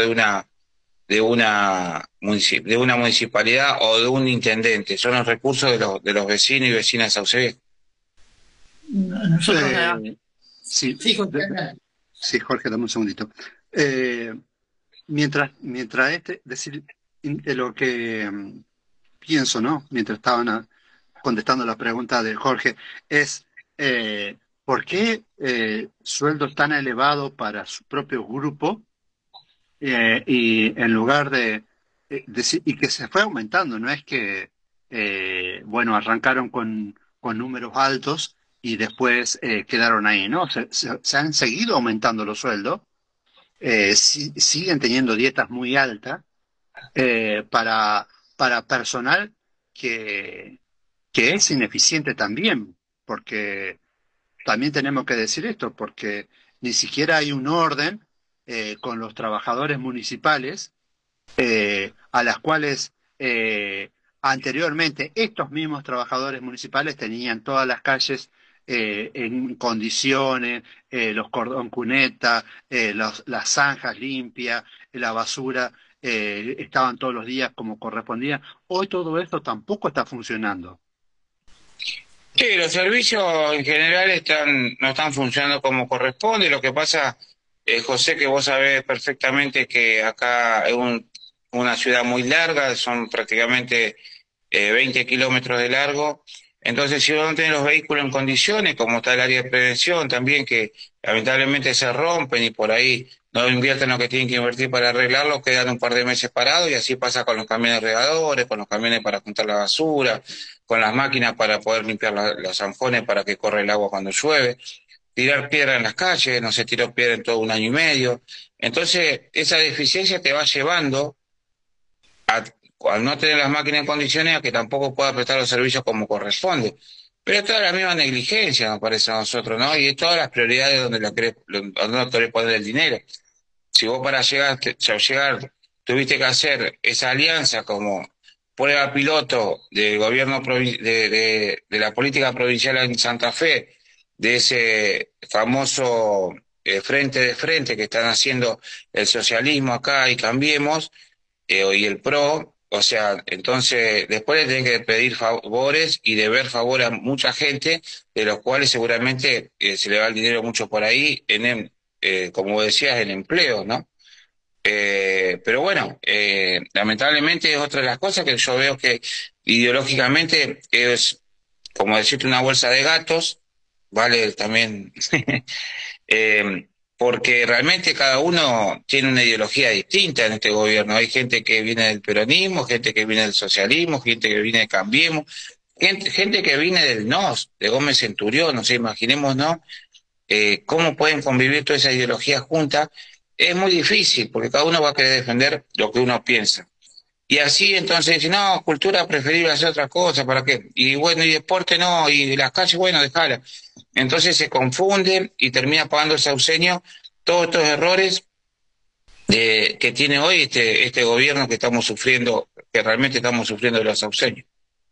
Speaker 4: de una municipalidad o de un intendente, son los recursos de los vecinos y vecinas de Sauce.
Speaker 3: Nosotros,
Speaker 2: Sí,
Speaker 3: sí,
Speaker 2: sí, Jorge, dame un segundito. Eh, mientras decir lo que pienso, ¿no? Mientras estaban contestando la pregunta de Jorge, es ¿por qué sueldos tan elevados para su propio grupo y en lugar y que se fue aumentando? No es que, bueno, arrancaron con números altos y después quedaron ahí, ¿no? Se han seguido aumentando los sueldos, siguen teniendo dietas muy altas para personal que, que es ineficiente también, porque también tenemos que decir esto, porque ni siquiera hay un orden con los trabajadores municipales a las cuales anteriormente estos mismos trabajadores municipales tenían todas las calles en condiciones, los cordón cuneta, las zanjas limpias, la basura estaban todos los días como correspondía. Hoy todo esto tampoco está funcionando.
Speaker 4: Sí, los servicios en general no están funcionando como corresponde. Lo que pasa, José, que vos sabés perfectamente que acá es una ciudad muy larga, son prácticamente 20 kilómetros de largo. Entonces, si vos no tenés los vehículos en condiciones, como está el área de prevención también, que lamentablemente se rompen y por ahí no invierten lo que tienen que invertir para arreglarlo, quedan un par de meses parados y así pasa con los camiones regadores, con los camiones para juntar la basura, con las máquinas para poder limpiar los zanjones para que corra el agua cuando llueve, tirar piedra en las calles, no se tiró piedra en todo un año y medio. Entonces, esa deficiencia te va llevando a, al no tener las máquinas en condiciones, a que tampoco pueda prestar los servicios como corresponde. Pero es toda la misma negligencia, nos parece a nosotros, ¿no? Y es todas las prioridades donde no querés poner el dinero. Si vos para llegar tuviste que hacer esa alianza como prueba piloto del gobierno de la política provincial en Santa Fe, de ese famoso frente de frente que están haciendo el socialismo acá y Cambiemos, y el PRO, o sea, entonces después le tienen que pedir favores y deber favor a mucha gente, de los cuales seguramente se le va el dinero mucho por ahí, como decías, en empleo, ¿no? Pero bueno, lamentablemente es otra de las cosas que yo veo que ideológicamente es, como decirte, una bolsa de gatos, vale también, eh, porque realmente cada uno tiene una ideología distinta en este gobierno. Hay gente que viene del peronismo, gente que viene del socialismo, gente que viene de Cambiemos, gente que viene del NOS, de Gómez Centurión, no sé, imaginemos, ¿no? Cómo pueden convivir todas esas ideologías juntas. Es muy difícil, porque cada uno va a querer defender lo que uno piensa. Y así entonces dicen, no, cultura preferible hacer otra cosa, ¿para qué? Y bueno, y deporte no, y las calles, bueno, dejala. Entonces se confunden y termina pagando el Sauceño todos estos errores que tiene hoy este gobierno que estamos sufriendo, que realmente estamos sufriendo de los Sauceños.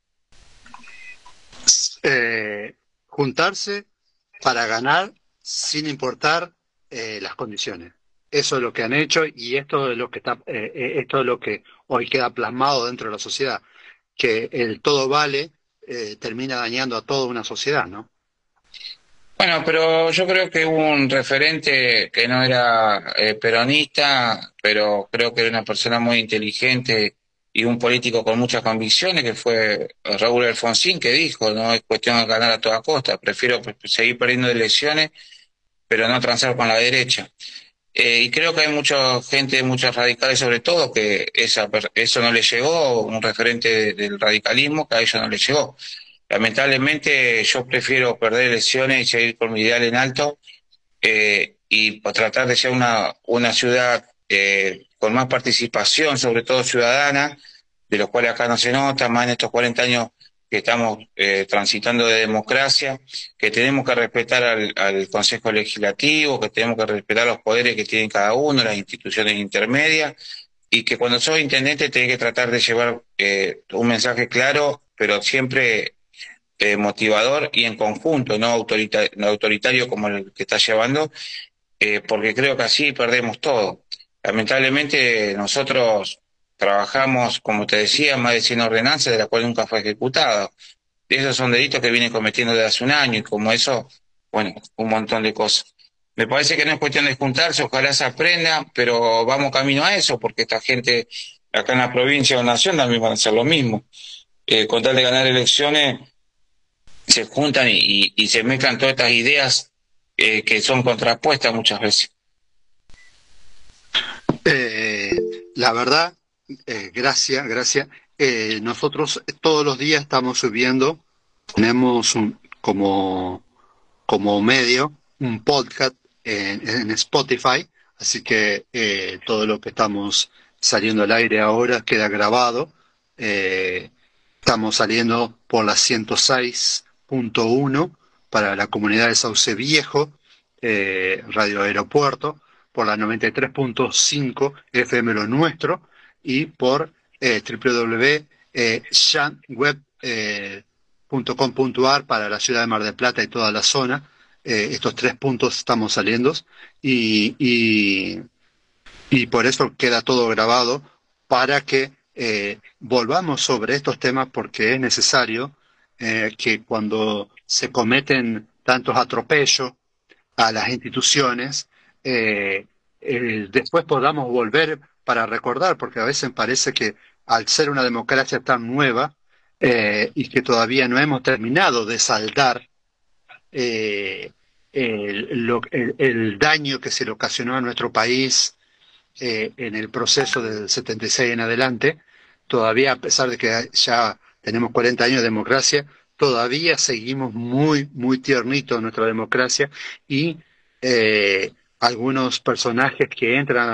Speaker 2: Juntarse para ganar sin importar las condiciones. Eso es lo que han hecho y esto es lo que esto es lo que hoy queda plasmado dentro de la sociedad, que el todo vale termina dañando a toda una sociedad, ¿no?
Speaker 4: Bueno, pero yo creo que hubo un referente que no era peronista, pero creo que era una persona muy inteligente y un político con muchas convicciones, que fue Raúl Alfonsín, que dijo, no es cuestión de ganar a toda costa, prefiero seguir perdiendo elecciones, pero no transar con la derecha. Y creo que hay mucha gente, muchos radicales sobre todo, que eso no les llegó, un referente del radicalismo que a ellos no les llegó. Lamentablemente yo prefiero perder elecciones y seguir con mi ideal en alto, y tratar de ser una ciudad con más participación, sobre todo ciudadana, de los cuales acá no se nota, más en estos 40 años que estamos transitando de democracia, que tenemos que respetar al Consejo Legislativo, que tenemos que respetar los poderes que tienen cada uno, las instituciones intermedias, y que cuando sos intendente tenés que tratar de llevar un mensaje claro, pero siempre motivador y en conjunto, no autoritario como el que está llevando, porque creo que así perdemos todo. Lamentablemente nosotros trabajamos, como te decía, más de 100 ordenanzas, de las cuales nunca fue ejecutado. Esos son delitos que vienen cometiendo desde hace un año y como eso, bueno, un montón de cosas. Me parece que no es cuestión de juntarse, ojalá se aprenda, pero vamos camino a eso, porque esta gente acá en la provincia o nación también van a hacer lo mismo. Con tal de ganar elecciones, se juntan y se mezclan todas estas ideas que son contrapuestas muchas veces.
Speaker 2: Eh, la verdad, gracias. Nosotros todos los días estamos subiendo, tenemos como medio un podcast en Spotify, así que todo lo que estamos saliendo al aire ahora queda grabado. Eh, Estamos saliendo por la 106.1 para la comunidad de Sauce Viejo, Radio Aeropuerto, por la 93.5 FM Lo Nuestro y por www.shanweb.com.ar para la ciudad de Mar del Plata y toda la zona. Estos 3 puntos estamos saliendo y, y, y por eso queda todo grabado para que volvamos sobre estos temas porque es necesario que cuando se cometen tantos atropellos a las instituciones, después podamos volver para recordar, porque a veces parece que al ser una democracia tan nueva y que todavía no hemos terminado de saldar el daño que se le ocasionó a nuestro país en el proceso del 76 en adelante, todavía a pesar de que ya tenemos 40 años de democracia, todavía seguimos muy tiernitos en nuestra democracia y algunos personajes que entran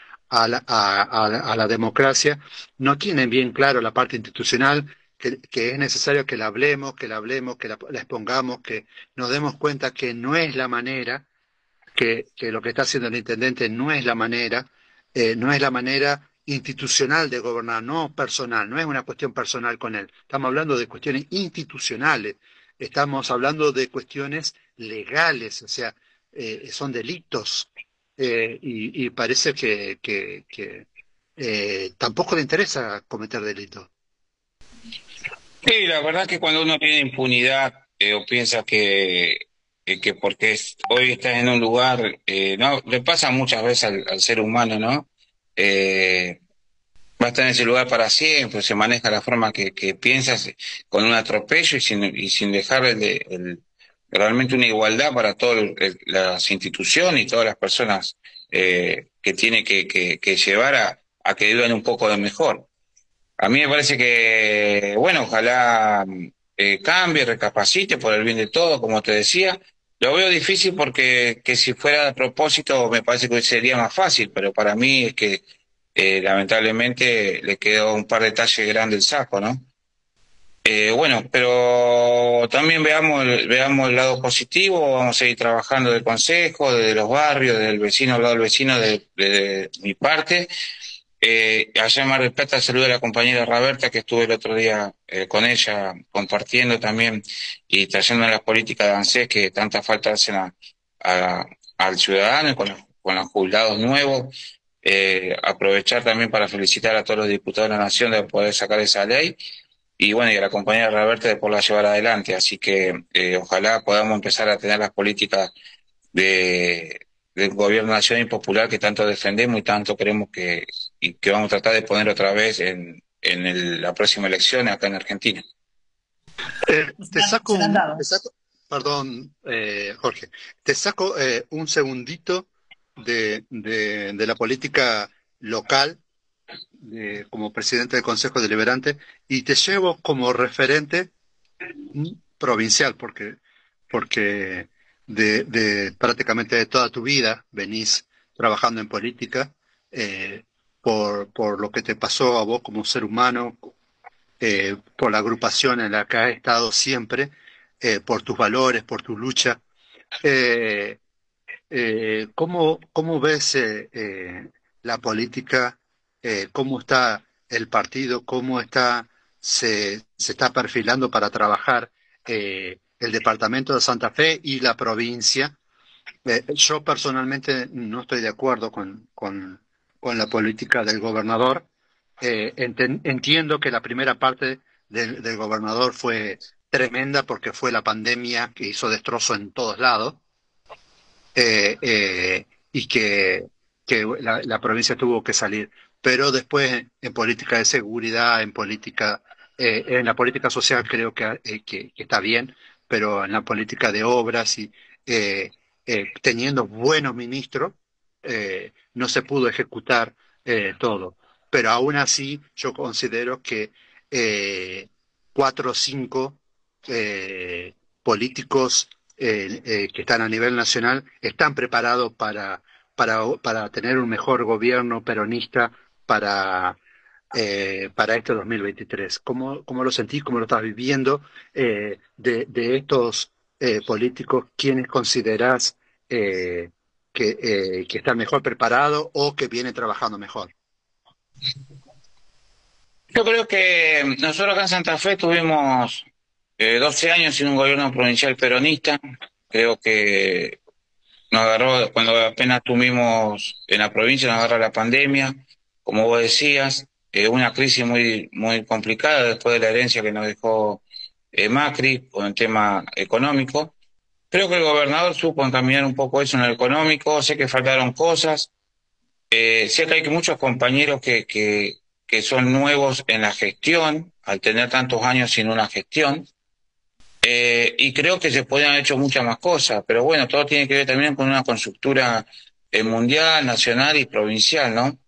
Speaker 2: a la democracia no tienen bien claro la parte institucional, que es necesario que la hablemos, que la expongamos, que nos demos cuenta que no es la manera, que lo que está haciendo el intendente no es la manera institucional de gobernar, no personal, no es una cuestión personal con él. Estamos hablando de cuestiones institucionales, estamos hablando de cuestiones legales, o sea, son delitos y parece que tampoco le interesa cometer delitos.
Speaker 4: Sí, la verdad que cuando uno tiene impunidad o piensa que porque hoy estás en un lugar, no, le pasa muchas veces al ser humano, ¿no? Va a estar en ese lugar para siempre, se maneja la forma que piensas con un atropello y sin dejar realmente una igualdad para todas las instituciones y todas las personas que tiene que llevar a que vivan un poco de mejor. A mí me parece que, bueno, ojalá cambie, recapacite por el bien de todos, como te decía. Lo veo difícil porque que si fuera a propósito me parece que sería más fácil, pero para mí es que lamentablemente le quedó un par de talles grandes el saco, ¿no? Bueno, pero también veamos el lado positivo, vamos a seguir trabajando del consejo, de los barrios, del vecino, al lado del vecino, de mi parte. Allá en Mar del Plata saludo a la compañera Roberta, que estuve el otro día con ella compartiendo también y trayendo las políticas de ANSES que tanta falta hacen al ciudadano y con los jubilados nuevos. Aprovechar también para felicitar a todos los diputados de la Nación de poder sacar esa ley y bueno, y a la compañera Roberta de poderla llevar adelante. Así que ojalá podamos empezar a tener las políticas del gobierno nacional y popular que tanto defendemos y tanto queremos y que vamos a tratar de poner otra vez la próxima elección acá en Argentina.
Speaker 2: Perdón, Jorge, te saco un segundito de la política local como presidente del Consejo Deliberante y te llevo como referente provincial, porque prácticamente de toda tu vida venís trabajando en política, por lo que te pasó a vos como ser humano, por la agrupación en la que has estado siempre, por tus valores, por tu lucha. ¿Cómo ves la política? ¿Cómo está el partido? ¿Cómo se está perfilando para trabajar el departamento de Santa Fe y la provincia? Yo personalmente no estoy de acuerdo con la política del gobernador. Entiendo que la primera parte del gobernador fue tremenda porque fue la pandemia que hizo destrozo en todos lados, y que la provincia tuvo que salir. Pero después en política de seguridad, en la política social creo que está bien, pero en la política de obras y teniendo buenos ministros, no se pudo ejecutar todo. Pero aún así yo considero que 4 o 5 políticos que están a nivel nacional están preparados para tener un mejor gobierno peronista para este 2023. ¿Cómo lo sentís? ¿Cómo lo estás viviendo? De estos políticos, ¿quiénes considerás que están mejor preparados o que vienen trabajando mejor?
Speaker 4: Yo creo que nosotros acá en Santa Fe tuvimos 12 años sin un gobierno provincial peronista. Creo que nos agarró, cuando apenas tuvimos en la provincia, nos agarró la pandemia, como vos decías, una crisis muy, muy complicada después de la herencia que nos dejó Macri con el tema económico. Creo que el gobernador supo encaminar un poco eso en lo económico, sé que faltaron cosas, sé que hay muchos compañeros que son nuevos en la gestión, al tener tantos años sin una gestión, y creo que se podrían haber hecho muchas más cosas, pero bueno, todo tiene que ver también con una consultura mundial, nacional y provincial, ¿no?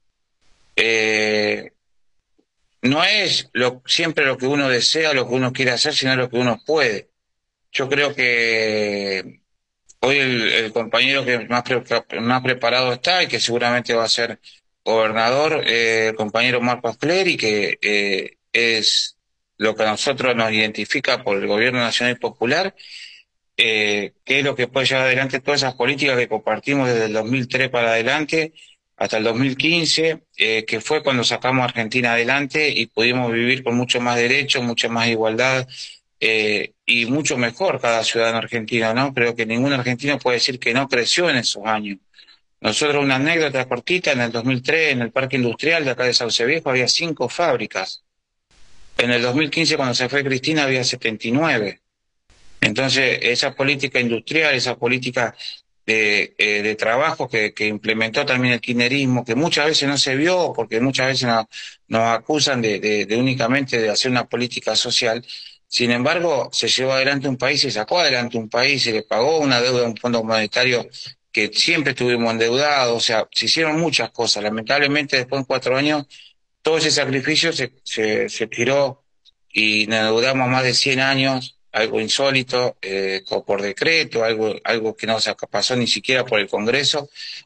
Speaker 4: No es siempre lo que uno desea, lo que uno quiere hacer, sino lo que uno puede. Yo creo que hoy el compañero que más preparado está y que seguramente va a ser gobernador, el compañero Marcos Clery, que es lo que a nosotros nos identifica por el gobierno nacional y popular, que es lo que puede llevar adelante todas esas políticas que compartimos desde el 2003 para adelante hasta el 2015, que fue cuando sacamos a Argentina adelante y pudimos vivir con mucho más derechos, mucha más igualdad, y mucho mejor cada ciudadano argentino, ¿no? Creo que ningún argentino puede decir que no creció en esos años. Nosotros, una anécdota cortita, en el 2003, en el Parque Industrial de acá de Sauce Viejo, había 5 fábricas. En el 2015, cuando se fue Cristina, había 79. Entonces, esa política industrial, esa política de trabajo que implementó también el kirchnerismo, que muchas veces no se vio, porque muchas veces nos acusan de únicamente de hacer una política social. Sin embargo, se llevó adelante un país, se sacó adelante un país, se le pagó una deuda a un fondo monetario que siempre estuvimos endeudados, o sea, se hicieron muchas cosas. Lamentablemente, después de 4 años, todo ese sacrificio se tiró y nos endeudamos más de 100 años, algo insólito, por decreto, algo que no se pasó ni siquiera por el Congreso.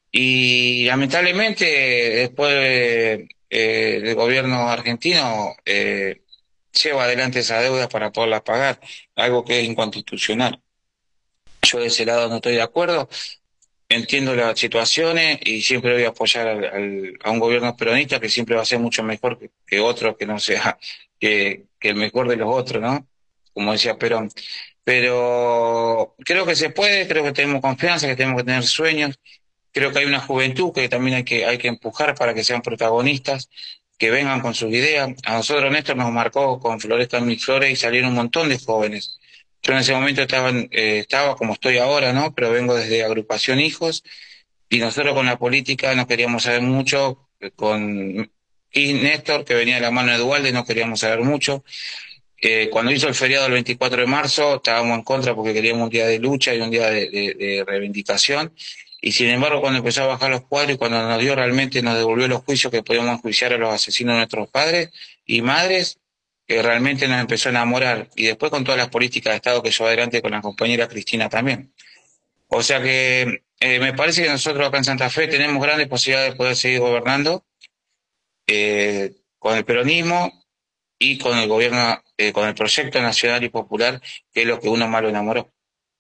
Speaker 4: Y lamentablemente después del gobierno argentino lleva adelante esa deuda para poderla pagar, algo que es inconstitucional. Yo de ese lado no estoy de acuerdo, entiendo las situaciones y siempre voy a apoyar a un gobierno peronista que siempre va a ser mucho mejor que otro que no sea que el mejor de los otros, ¿no? Como decía Perón. Pero creo que se puede, creo que tenemos confianza, que tenemos que tener sueños. Creo que hay una juventud que también hay que empujar para que sean protagonistas, que vengan con sus ideas. A nosotros Néstor nos marcó con Florezcan Mis Flores y salieron un montón de jóvenes. Yo en ese momento estaba como estoy ahora, ¿no? Pero vengo desde Agrupación Hijos y nosotros con la política no queríamos saber mucho, con y Néstor, que venía de la mano de Dualde, no queríamos saber mucho. Cuando hizo el feriado el 24 de marzo estábamos en contra porque queríamos un día de lucha y un día de reivindicación. Y sin embargo, cuando empezó a bajar los cuadros y cuando nos dio realmente, nos devolvió los juicios que podíamos enjuiciar a los asesinos de nuestros padres y madres, que realmente nos empezó a enamorar. Y después con todas las políticas de Estado que llevó adelante con la compañera Cristina también. O sea que me parece que nosotros acá en Santa Fe tenemos grandes posibilidades de poder seguir gobernando con el peronismo y con el gobierno, con el proyecto nacional y popular, que es lo que uno más lo enamoró.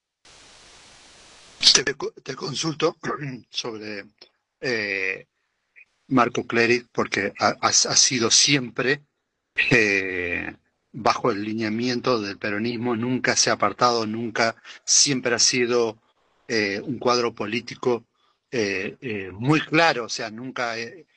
Speaker 2: Te consulto sobre Marco Clery, porque ha sido siempre bajo el lineamiento del peronismo, nunca se ha apartado, nunca, siempre ha sido un cuadro político muy claro, o sea, nunca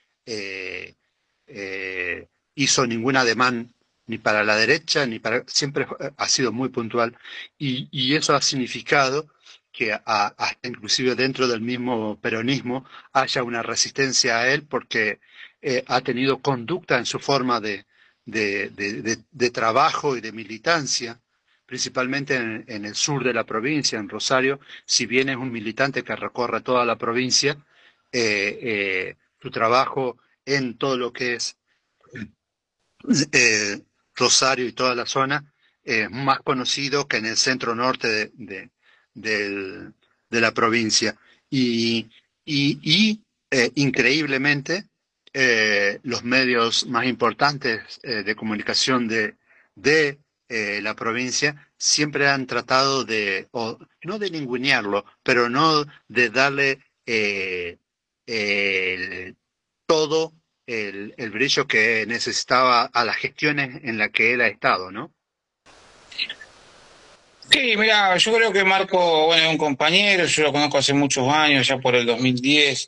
Speaker 2: hizo ningún ademán ni para la derecha, siempre ha sido muy puntual, y eso ha significado que hasta inclusive dentro del mismo peronismo haya una resistencia a él porque ha tenido conducta en su forma de trabajo y de militancia, principalmente en el sur de la provincia, en Rosario. Si bien es un militante que recorre toda la provincia, su trabajo en todo lo que es Rosario y toda la zona es más conocido que en el centro norte de la provincia. Y increíblemente, los medios más importantes de comunicación de la provincia siempre han tratado no de ningunearlo, pero no de darle todo el brillo que necesitaba a las gestiones en las que él ha estado, ¿no?
Speaker 4: Sí, mira, yo creo que Marco, bueno, es un compañero, yo lo conozco hace muchos años, ya por el 2010,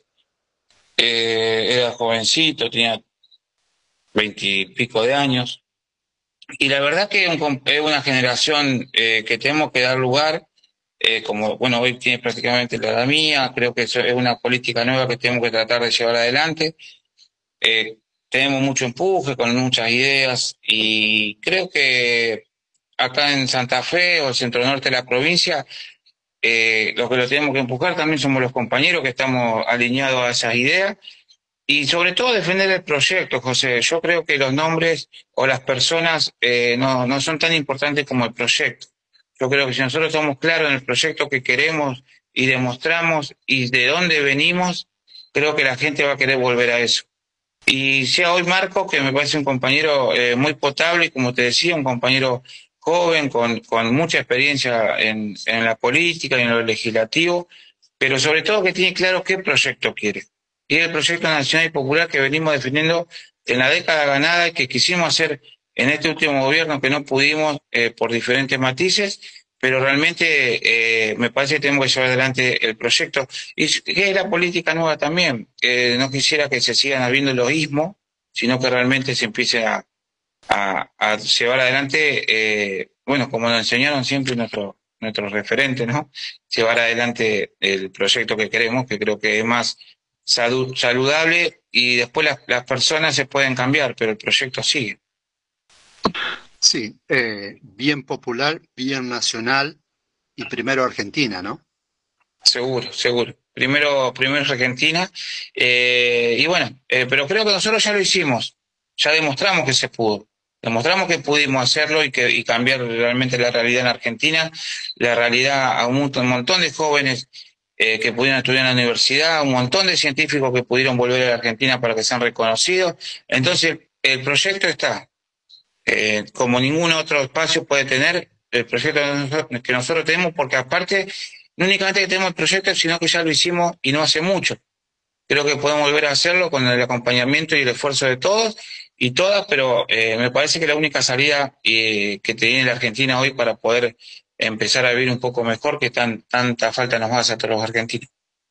Speaker 4: era jovencito, tenía 20 y pico de años, y la verdad que es una generación que tenemos que dar lugar, como, bueno, hoy tiene prácticamente la edad mía, creo que eso es una política nueva que tenemos que tratar de llevar adelante. Tenemos mucho empuje con muchas ideas y creo que acá en Santa Fe o el centro norte de la provincia, los que lo tenemos que empujar también somos los compañeros que estamos alineados a esas ideas y sobre todo defender el proyecto, José. Yo creo que los nombres o las personas no son tan importantes como el proyecto. Yo creo que si nosotros estamos claros en el proyecto que queremos y demostramos y de dónde venimos, creo que la gente va a querer volver a eso. Y sea hoy Marco, que me parece un compañero muy potable y como te decía, un compañero joven, con mucha experiencia en la política y en lo legislativo, pero sobre todo que tiene claro qué proyecto quiere. Y es el proyecto nacional y popular que venimos defendiendo en la década ganada y que quisimos hacer en este último gobierno que no pudimos por diferentes matices, pero realmente me parece que tenemos que llevar adelante el proyecto. Y que es la política nueva también. No quisiera que se sigan habiendo los ismos, sino que realmente se empiece a llevar adelante, bueno, como nos enseñaron siempre nuestros referentes, ¿no? Llevar adelante el proyecto que queremos, que creo que es más saludable y después las personas se pueden cambiar, pero el proyecto sigue.
Speaker 2: Sí, bien popular, bien nacional y primero Argentina, ¿no?
Speaker 4: Seguro, seguro. Primero es Argentina. Y bueno, pero creo que nosotros ya lo hicimos. Ya demostramos que se pudo. Demostramos que pudimos hacerlo y cambiar realmente la realidad en Argentina, la realidad a un montón de jóvenes que pudieron estudiar en la universidad, un montón de científicos que pudieron volver a la Argentina para que sean reconocidos. Entonces, el proyecto está, como ningún otro espacio puede tener, el proyecto que nosotros tenemos, porque aparte, no únicamente que tenemos el proyecto, sino que ya lo hicimos y no hace mucho. Creo que podemos volver a hacerlo con el acompañamiento y el esfuerzo de todos y todas, pero me parece que la única salida que tiene la Argentina hoy para poder empezar a vivir un poco mejor, que tanta falta nos hace a todos los argentinos.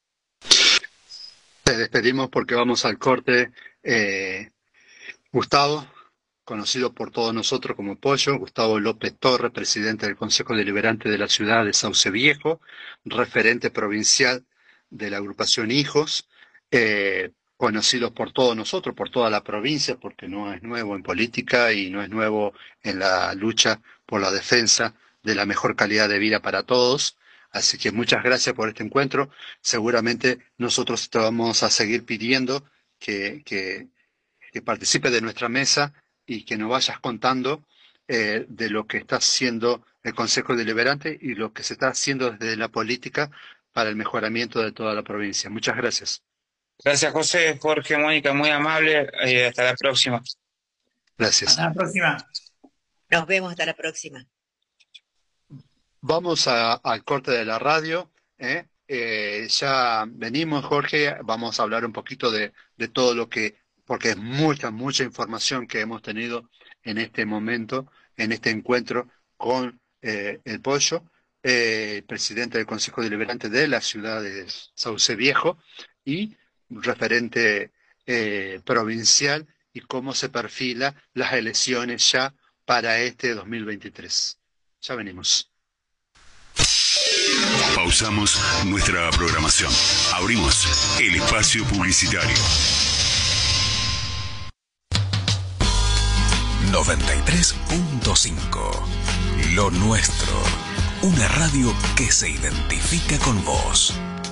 Speaker 2: Te despedimos porque vamos al corte. Gustavo, conocido por todos nosotros como Pollo, Gustavo López Torres, presidente del Consejo Deliberante de la ciudad de Sauce Viejo, referente provincial de la agrupación Hijos, conocidos por todos nosotros, por toda la provincia, porque no es nuevo en política y no es nuevo en la lucha por la defensa de la mejor calidad de vida para todos. Así que muchas gracias por este encuentro. Seguramente nosotros te vamos a seguir pidiendo que participe de nuestra mesa y que nos vayas contando de lo que está haciendo el Consejo Deliberante y lo que se está haciendo desde la política para el mejoramiento de toda la provincia. Muchas gracias.
Speaker 4: Gracias, José, Jorge, Mónica, muy amable. Hasta la próxima.
Speaker 2: Gracias.
Speaker 3: Hasta la próxima.
Speaker 5: Nos vemos hasta la próxima.
Speaker 2: Vamos al corte de la radio. Ya venimos, Jorge, vamos a hablar un poquito de todo lo que, porque es mucha información que hemos tenido en este momento, en este encuentro con el Pollo, presidente del Consejo Deliberante de la ciudad de Sauce Viejo y referente provincial, y cómo se perfila las elecciones ya para este 2023. Ya venimos.
Speaker 1: Pausamos nuestra programación. Abrimos el espacio publicitario. 93.5. Lo nuestro. Una radio que se identifica con vos.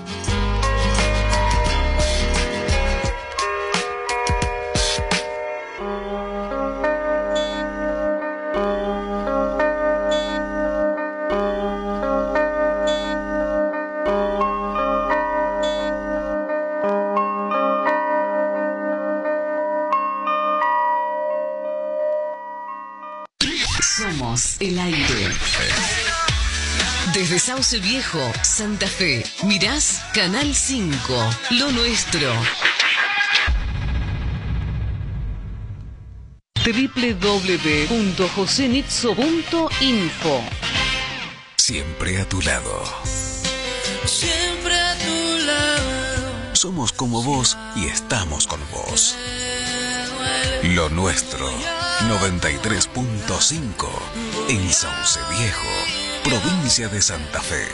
Speaker 6: Somos el aire. Desde Sauce Viejo, Santa Fe, mirás Canal 5, Lo Nuestro. www.josenitzo.info.
Speaker 1: Siempre a tu lado.
Speaker 7: Siempre a tu lado.
Speaker 1: Somos como vos y estamos con vos. Lo nuestro. 93.5 en Sauce Viejo, provincia de Santa Fe.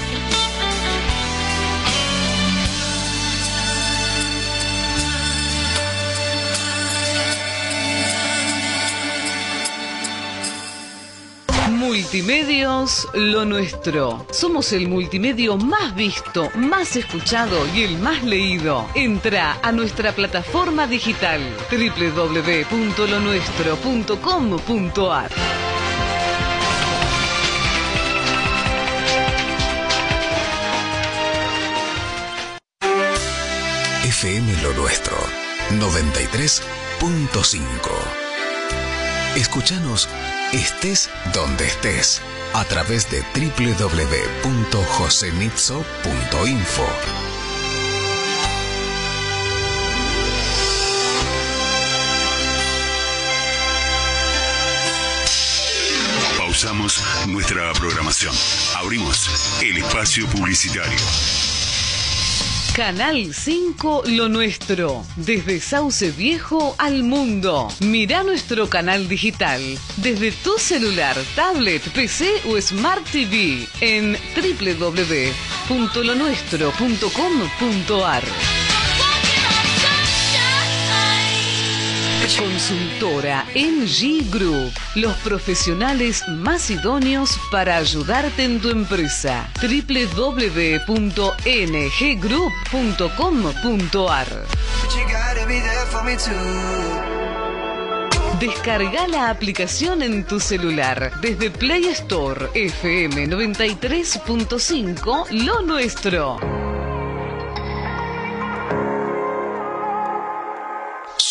Speaker 6: Multimedios Lo Nuestro. Somos el multimedio más visto, más escuchado y el más leído. Entra a nuestra plataforma digital www.lonuestro.com.ar.
Speaker 1: FM Lo Nuestro 93.5. Escúchanos estés donde estés a través de www.josenitzo.info. Pausamos nuestra programación. Abrimos el espacio publicitario.
Speaker 6: Canal 5 Lo Nuestro. Desde Sauce Viejo al mundo. Mirá nuestro canal digital desde tu celular, tablet, PC o Smart TV en www.lonuestro.com.ar. Consultora NG Group, los profesionales más idóneos para ayudarte en tu empresa. www.nggroup.com.ar. Descarga la aplicación en tu celular desde Play Store. FM 93.5 Lo Nuestro.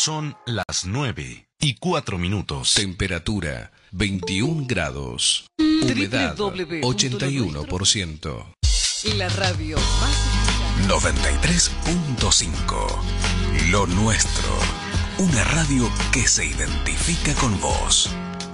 Speaker 1: Son las 9:04. Temperatura 21 grados. Humedad 81%.
Speaker 6: La radio más
Speaker 1: 93.5. Lo nuestro. Una radio que se identifica con vos.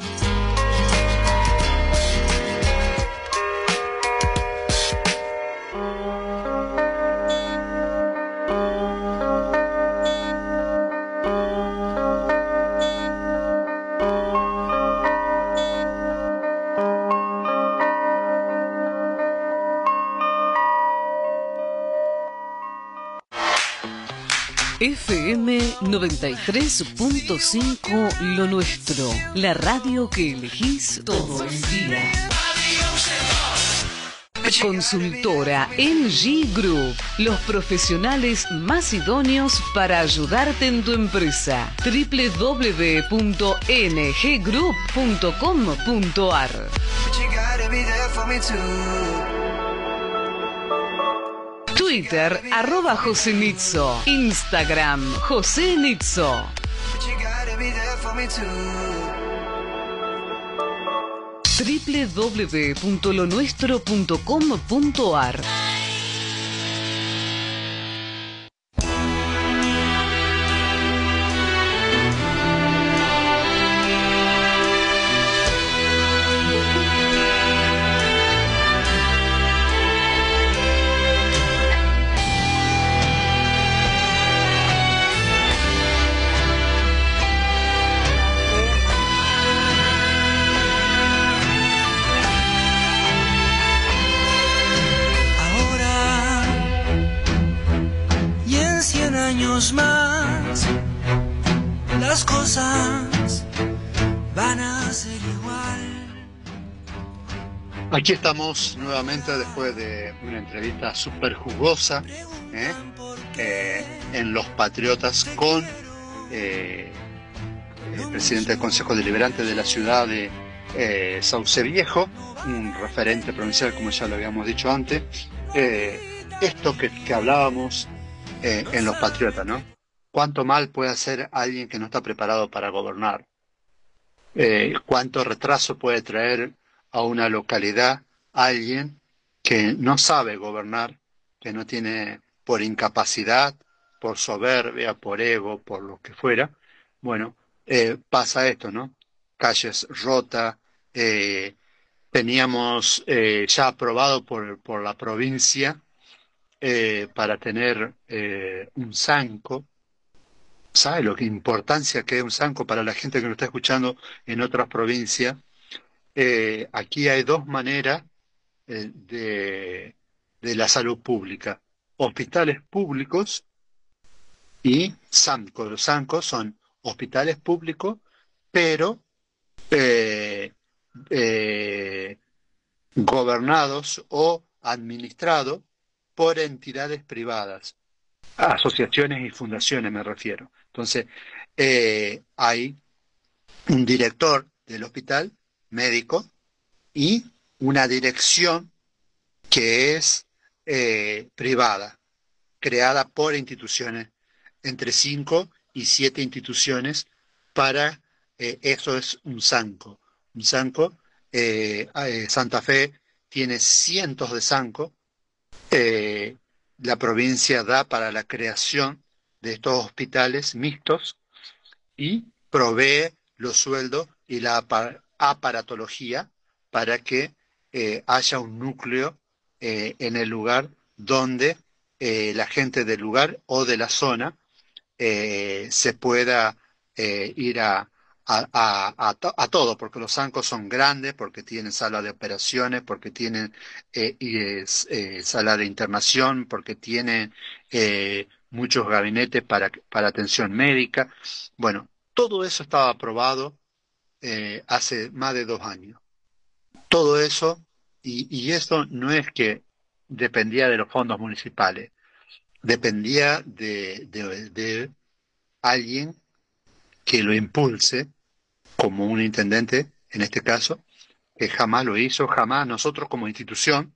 Speaker 6: FM 93.5 Lo Nuestro, la radio que elegís todo el día. Consultora NG Group, los profesionales más idóneos para ayudarte en tu empresa. www.nggroup.com.ar. Twitter, @José Nitzo. Instagram, José Nitzo. www.lonuestro.com.ar.
Speaker 7: Más, las cosas van a ser igual.
Speaker 2: Aquí estamos nuevamente después de una entrevista súper jugosa en Los Patriotas con el presidente del Consejo Deliberante de la ciudad de Sauce Viejo, un referente provincial, como ya lo habíamos dicho antes. Esto que hablábamos en Los Patriotas, ¿no? ¿Cuánto mal puede hacer alguien que no está preparado para gobernar? ¿Cuánto retraso puede traer a una localidad alguien que no sabe gobernar, que no tiene, por incapacidad, por soberbia, por ego, por lo que fuera? Bueno, pasa esto, ¿no? Calles rotas, teníamos ya aprobado por la provincia para tener un zanco. ¿Sabe lo que importancia que es un zanco para la gente que nos está escuchando en otras provincias? Aquí hay dos maneras de la salud pública: hospitales públicos y zancos. Los zancos son hospitales públicos, pero gobernados o administrados por entidades privadas, asociaciones y fundaciones me refiero. Entonces, hay un director del hospital, médico, y una dirección que es privada, creada por instituciones, entre 5 y 7 instituciones, para eso es un zanco. Un zanco, Santa Fe tiene cientos de zancos. La provincia da para la creación de estos hospitales mixtos y provee los sueldos y la aparatología para que haya un núcleo en el lugar donde la gente del lugar o de la zona se pueda ir a todo, porque los zancos son grandes, porque tienen sala de operaciones, porque tienen sala de internación, porque tienen muchos gabinetes para atención médica. Bueno, todo eso estaba aprobado hace más de 2 años. Todo eso, y eso no es que dependía de los fondos municipales, dependía de alguien que lo impulse, como un intendente, en este caso, que jamás lo hizo, jamás nosotros como institución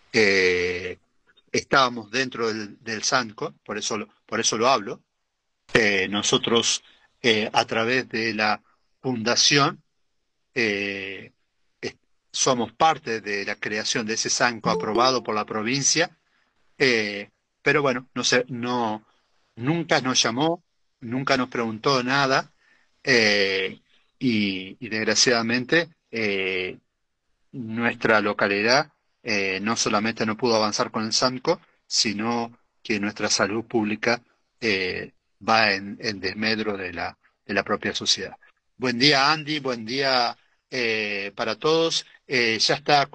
Speaker 2: estábamos dentro del ZANCO, por eso lo hablo, Nosotros, a través de la fundación, eh, es- somos parte de la creación de ese SANCO aprobado por la provincia, pero bueno, no sé, nunca nos llamó, nunca nos preguntó nada, y desgraciadamente nuestra localidad no solamente no pudo avanzar con el SANCO, sino que nuestra salud pública va en desmedro de la propia sociedad. Buen día, Andy, buen día para todos. Ya está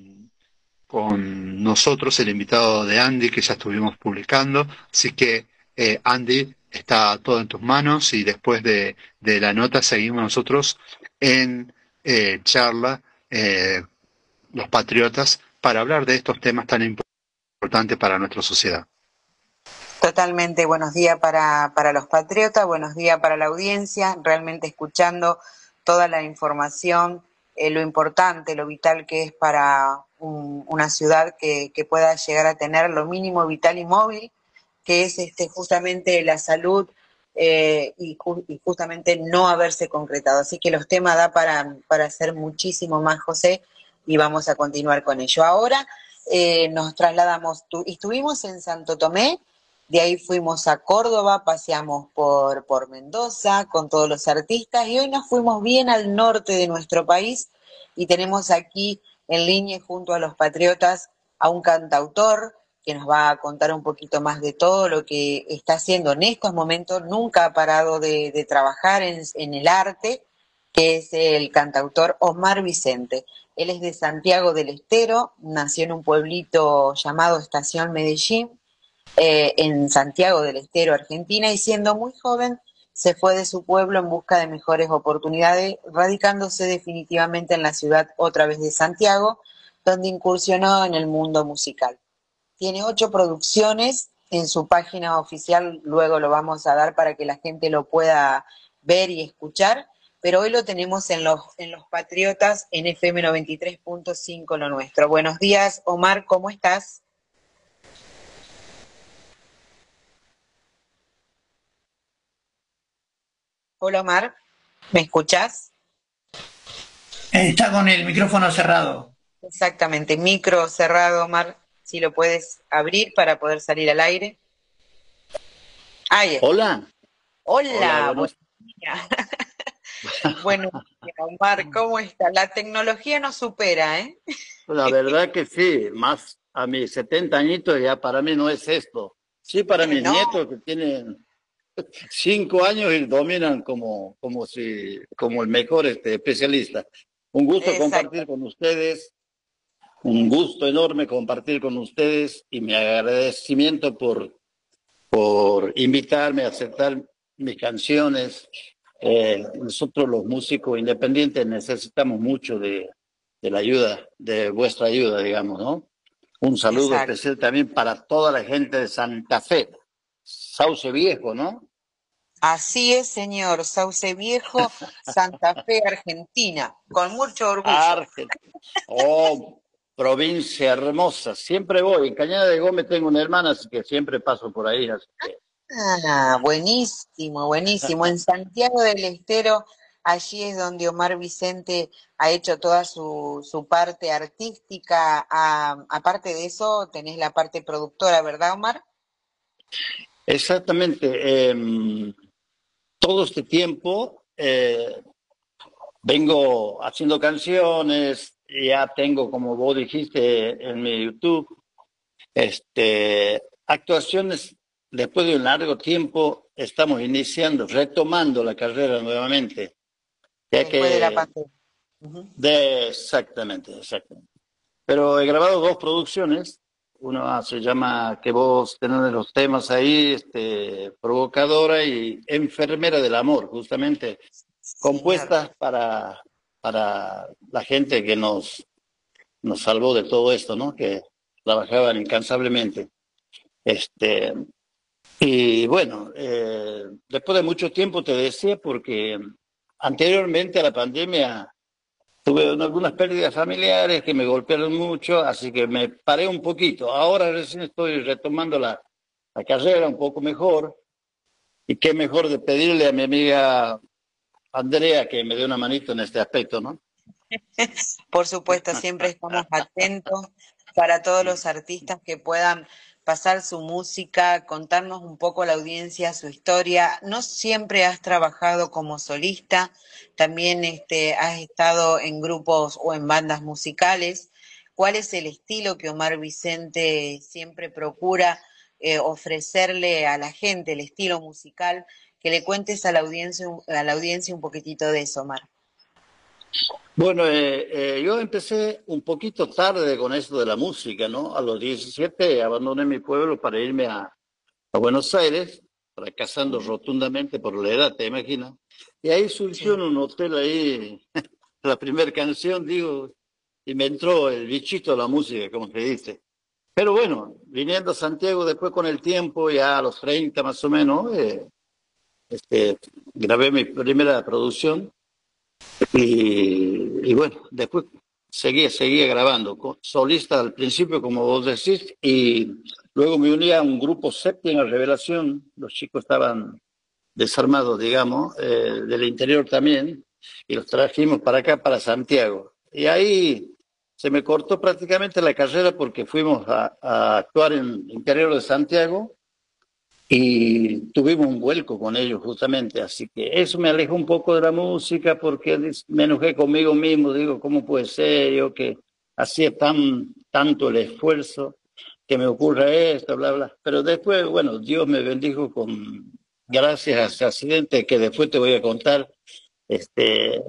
Speaker 2: con nosotros el invitado de Andy, que ya estuvimos publicando, así que Andy, está todo en tus manos y después de la nota seguimos nosotros en charla. Los patriotas para hablar de estos temas tan importantes para nuestra sociedad.
Speaker 8: Totalmente, buenos días para los patriotas, buenos días para la audiencia, realmente escuchando toda la información, lo importante, lo vital que es para una ciudad que pueda llegar a tener lo mínimo vital y móvil, que es justamente la salud y justamente no haberse concretado. Así que los temas da para hacer muchísimo más, José, y vamos a continuar con ello. Ahora nos trasladamos, estuvimos en Santo Tomé. De ahí fuimos a Córdoba, paseamos por Mendoza con todos los artistas y hoy nos fuimos bien al norte de nuestro país y tenemos aquí en línea junto a los patriotas a un cantautor que nos va a contar un poquito más de todo lo que está haciendo en estos momentos. Nunca ha parado de trabajar en el arte, que es el cantautor Omar Vicente. Él es de Santiago del Estero, nació en un pueblito llamado Estación Medellín, en Santiago del Estero, Argentina, y siendo muy joven se fue de su pueblo en busca de mejores oportunidades, radicándose definitivamente en la ciudad otra vez de Santiago, donde incursionó en el mundo musical. Tiene 8 producciones en su página oficial, luego lo vamos a dar para que la gente lo pueda ver y escuchar, pero hoy lo tenemos en los Patriotas en FM 93.5 Lo Nuestro. Buenos días, Omar, ¿cómo estás? Hola Omar, ¿me escuchás?
Speaker 3: Está con el micrófono cerrado.
Speaker 8: Exactamente, micro cerrado, Omar, si lo puedes abrir para poder salir al aire. Ahí está.
Speaker 9: Hola.
Speaker 8: Hola,
Speaker 9: Buenos...
Speaker 8: buen día. Bueno, Omar, ¿cómo está? La tecnología nos supera, ¿eh?
Speaker 9: La verdad que sí, más a mis 70 añitos ya para mí no es esto. Sí, para mis
Speaker 8: No,
Speaker 9: nietos que tienen 5 años y dominan como el mejor especialista. Un gusto
Speaker 8: exacto.
Speaker 9: compartir con ustedes, un gusto enorme compartir con ustedes y mi agradecimiento por invitarme a aceptar mis canciones. Nosotros los músicos independientes necesitamos mucho de la ayuda, de vuestra ayuda, digamos, ¿no? Un saludo
Speaker 8: Exacto.
Speaker 9: especial también para toda la gente de Santa Fe, Sauce Viejo, ¿no?
Speaker 8: Así es, señor. Sauce Viejo, Santa Fe, Argentina. Con mucho orgullo.
Speaker 9: Argentina. Oh, provincia hermosa. Siempre voy. En Cañada de Gómez tengo una hermana, así que siempre paso por ahí. Así que...
Speaker 8: Ah, buenísimo, buenísimo. En Santiago del Estero, allí es donde Omar Vicente ha hecho toda su parte artística. Aparte de eso, tenés la parte productora, ¿verdad, Omar?
Speaker 9: Exactamente. Todo este tiempo vengo haciendo canciones, ya tengo, como vos dijiste, en mi YouTube, actuaciones. Después de un largo tiempo, estamos iniciando, retomando la carrera nuevamente. Ya
Speaker 8: Después de la
Speaker 9: que,
Speaker 8: pandemia.
Speaker 9: exactamente. Pero he grabado 2 producciones. Una se llama Que vos tenés los temas ahí, Provocadora, y Enfermera del Amor, justamente compuestas para la gente que nos salvó de todo esto, ¿no? Que trabajaban incansablemente. Y bueno, después de mucho tiempo te decía, porque anteriormente a la pandemia tuve algunas pérdidas familiares que me golpearon mucho, así que me paré un poquito. Ahora recién estoy retomando la carrera un poco mejor Y qué mejor de pedirle a mi amiga Andrea que me dé una manito en este aspecto, ¿no?
Speaker 8: Por supuesto, siempre estamos atentos para todos los artistas que puedan pasar su música, contarnos un poco a la audiencia su historia. No siempre has trabajado como solista, también has estado en grupos o en bandas musicales. ¿Cuál es el estilo que Omar Vicente siempre procura ofrecerle a la gente, el estilo musical? Que le cuentes a la audiencia un poquitito de eso, Omar.
Speaker 9: Bueno, yo empecé un poquito tarde con esto de la música, ¿no? A los 17 abandoné mi pueblo para irme a Buenos Aires, fracasando rotundamente por la edad, ¿te imaginas? Y ahí surgió en un hotel ahí la primera canción, digo, y me entró el bichito de la música, como se dice. Pero bueno, viniendo a Santiago después con el tiempo, ya a los 30 más o menos, grabé mi primera producción y bueno, después seguía grabando, solista al principio, como vos decís, y luego me uní a un grupo Séptima Revelación, los chicos estaban desarmados, digamos, del interior también, y los trajimos para acá, para Santiago. Y ahí se me cortó prácticamente la carrera porque fuimos a actuar en Interior de Santiago y tuvimos un vuelco con ellos justamente, así que eso me alejó un poco de la música porque me enojé conmigo mismo, digo, ¿cómo puede ser yo que hacía tanto el esfuerzo que me ocurra esto, bla, bla? Pero después, bueno, Dios me bendijo con, gracias a ese accidente que después te voy a contar, este,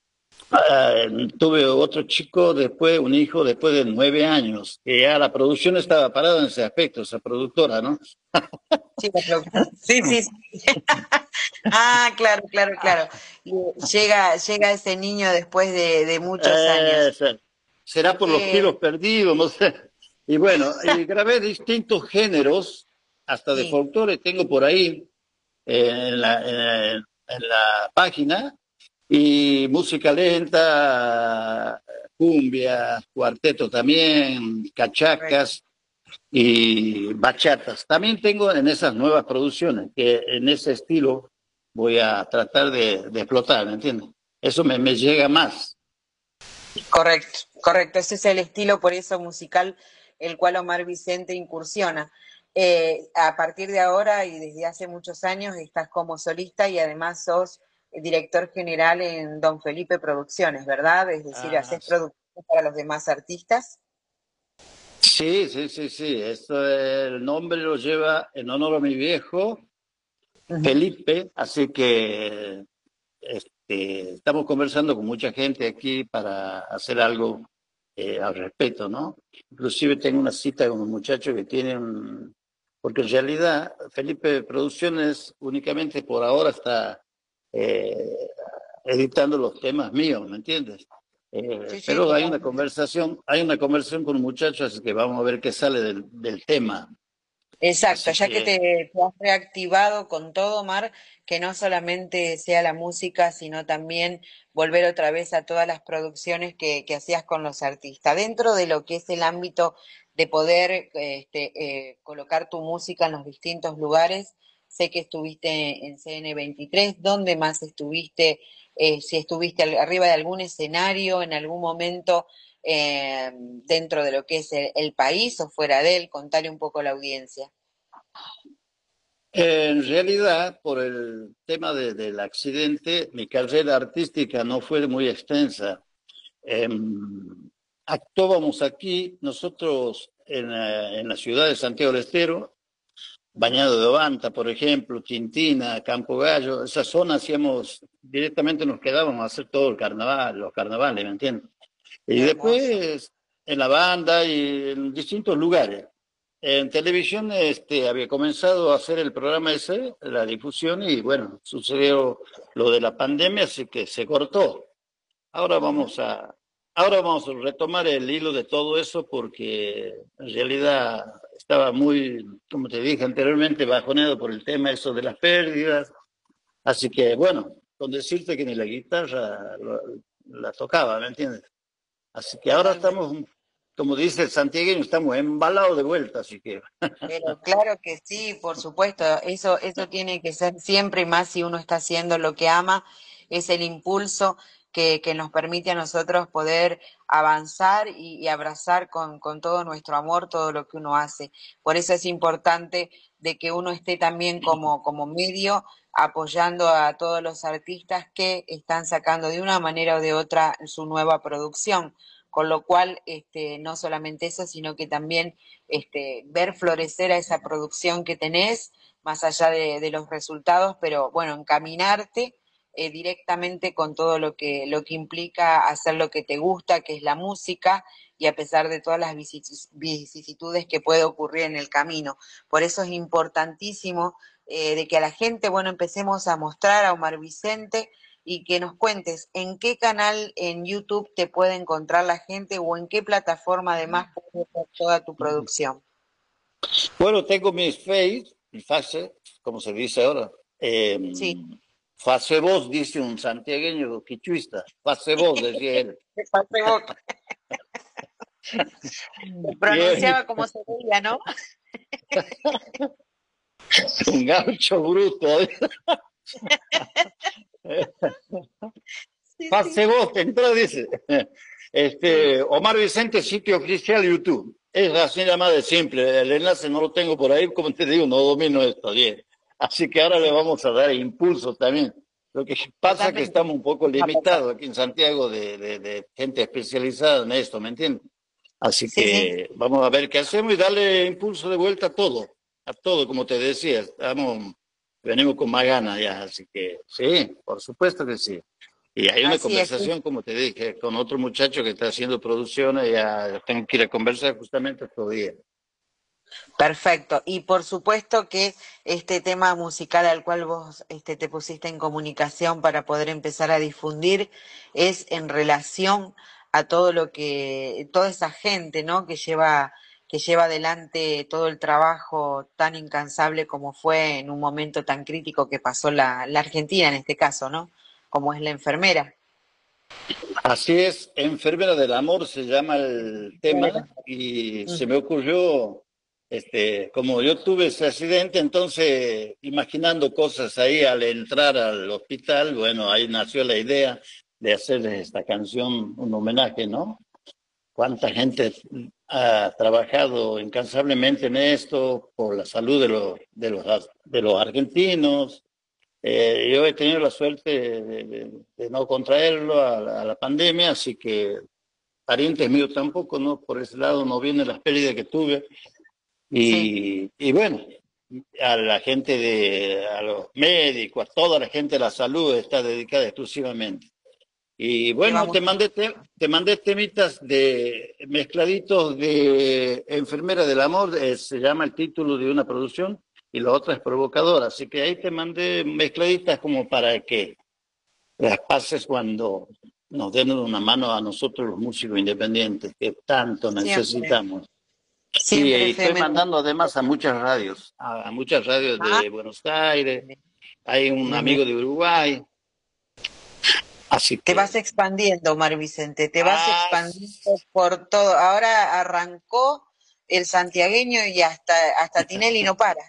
Speaker 9: tuve otro chico después, un hijo después de 9 años, que ya la producción estaba parada en ese aspecto, esa productora, ¿no?
Speaker 8: Sí, sí, sí, sí. Ah, claro, claro, claro. Y llega ese niño después de muchos años.
Speaker 9: Será por los kilos perdidos, no sé. Y bueno, y grabé distintos géneros, hasta de
Speaker 8: Sí.
Speaker 9: folclore tengo por ahí en la página, y música lenta, cumbia, cuarteto también, cachacas y bachatas. También tengo en esas nuevas producciones, que en ese estilo voy a tratar de explotar, ¿me entiendes? Eso me llega más.
Speaker 8: Correcto, correcto. Ese es el estilo, por eso musical, el cual Omar Vicente incursiona. A partir de ahora y desde hace muchos años estás como solista y además sos director general en Don Felipe Producciones, ¿verdad? Es decir, haces producciones para los demás artistas.
Speaker 9: Sí, sí, sí, sí. Esto, el nombre lo lleva en honor a mi viejo, Felipe, así que estamos conversando con mucha gente aquí para hacer algo al respecto, ¿no? Inclusive tengo una cita con un muchacho que tiene un... Porque en realidad Felipe Producciones únicamente por ahora está editando los temas míos, ¿me entiendes?
Speaker 8: Sí, sí,
Speaker 9: Pero
Speaker 8: totalmente.
Speaker 9: hay una conversación con un muchacho, así que vamos a ver qué sale del tema.
Speaker 8: Exacto,
Speaker 9: Así
Speaker 8: ya que
Speaker 9: que
Speaker 8: te has reactivado con todo, Mar, que no solamente sea la música, sino también volver otra vez a todas las producciones que hacías con los artistas. Dentro de lo que es el ámbito de poder colocar tu música en los distintos lugares, sé que estuviste en CN23, ¿dónde más estuviste? Si estuviste arriba de algún escenario en algún momento dentro de lo que es el país o fuera de él, contale un poco a la audiencia.
Speaker 9: en realidad, por el tema del accidente, mi carrera artística no fue muy extensa. Actuábamos aquí, nosotros en la ciudad de Santiago del Estero, Bañado de Obanta, por ejemplo, Quintina, Campo Gallo, esa zona hacíamos, directamente nos quedábamos a hacer todo el carnaval, los carnavales, ¿me entiendes? Y
Speaker 8: Hermoso.
Speaker 9: después en la banda y en distintos lugares. En televisión había comenzado a hacer el programa ese, la difusión, y bueno, sucedió lo de la pandemia, así que se cortó. Ahora vamos a, ahora vamos a retomar el hilo de todo eso porque en realidad estaba muy, como te dije anteriormente, bajoneado por el tema eso de las pérdidas. Así que bueno, con decirte que ni la guitarra la tocaba, ¿me entiendes? Así que ahora
Speaker 8: Totalmente.
Speaker 9: estamos como dice el santiagueño, estamos embalados de vuelta, así que...
Speaker 8: Pero claro que sí, por supuesto, eso tiene que ser siempre, y más si uno está haciendo lo que ama, es el impulso que nos permite a nosotros poder avanzar y abrazar con todo nuestro amor todo lo que uno hace. Por eso es importante de que uno esté también como medio apoyando a todos los artistas que están sacando de una manera o de otra su nueva producción. Con lo cual, no solamente eso, sino que también ver florecer a esa producción que tenés, más allá de los resultados, pero bueno, encaminarte directamente con todo lo que implica hacer lo que te gusta, que es la música, y a pesar de todas las vicisitudes que puede ocurrir en el camino. Por eso es importantísimo de que a la gente, bueno, empecemos a mostrar a Omar Vicente y que nos cuentes en qué canal en YouTube te puede encontrar la gente o en qué plataforma además puede ver toda tu producción.
Speaker 9: Bueno, tengo mis face, como se dice ahora.
Speaker 8: Sí.
Speaker 9: Facebos, dice un santiagueño quichuista. Facebos, decía él.
Speaker 8: Facebos. Pronunciaba como se veía, ¿no?
Speaker 9: Un gaucho bruto. Facebos, entonces dice. Omar Vicente, sitio oficial YouTube. Es así nada más de simple. El enlace no lo tengo por ahí, como te digo, no domino esto bien. Así que ahora le vamos a dar impulso también. Lo que pasa es que estamos un poco limitados aquí en Santiago de gente especializada en esto, ¿me entiendes? Así que vamos a ver qué hacemos y darle impulso de vuelta a todo, como te decía. Venimos con más ganas ya, así que sí, por supuesto que sí. Y hay una conversación, como te dije, con otro muchacho que está haciendo producciones, ya tengo que ir a conversar justamente estos días.
Speaker 8: Perfecto. Y por supuesto que este tema musical al cual vos te pusiste en comunicación para poder empezar a difundir es en relación a todo toda esa gente, ¿no? que lleva adelante todo el trabajo tan incansable como fue en un momento tan crítico que pasó la Argentina en este caso, ¿no? Como es la enfermera.
Speaker 9: Así es, Enfermera del Amor se llama el tema y se me ocurrió, como yo tuve ese accidente, entonces imaginando cosas ahí al entrar al hospital, bueno, ahí nació la idea de hacerles esta canción, un homenaje, ¿no? Cuánta gente ha trabajado incansablemente en esto por la salud de los argentinos. Yo he tenido la suerte de no contraerlo a la pandemia, así que parientes míos tampoco, ¿no? Por ese lado no vienen las pérdidas que tuve. Y bueno, a la gente a los médicos, a toda la gente de la salud está dedicada exclusivamente. Y bueno, te mandé temitas mezcladitos de Enfermera del Amor, se llama el título de una producción, y la otra es Provocadora. Así que ahí te mandé mezcladitas como para que las pases cuando nos den una mano a nosotros los músicos independientes, que tanto necesitamos. Sí, y estoy mandando además a muchas radios de Buenos Aires, hay un amigo de Uruguay. Así que...
Speaker 8: Te vas expandiendo, Omar Vicente, te vas expandiendo por todo. Ahora arrancó el santiagueño y hasta Tinelli no para.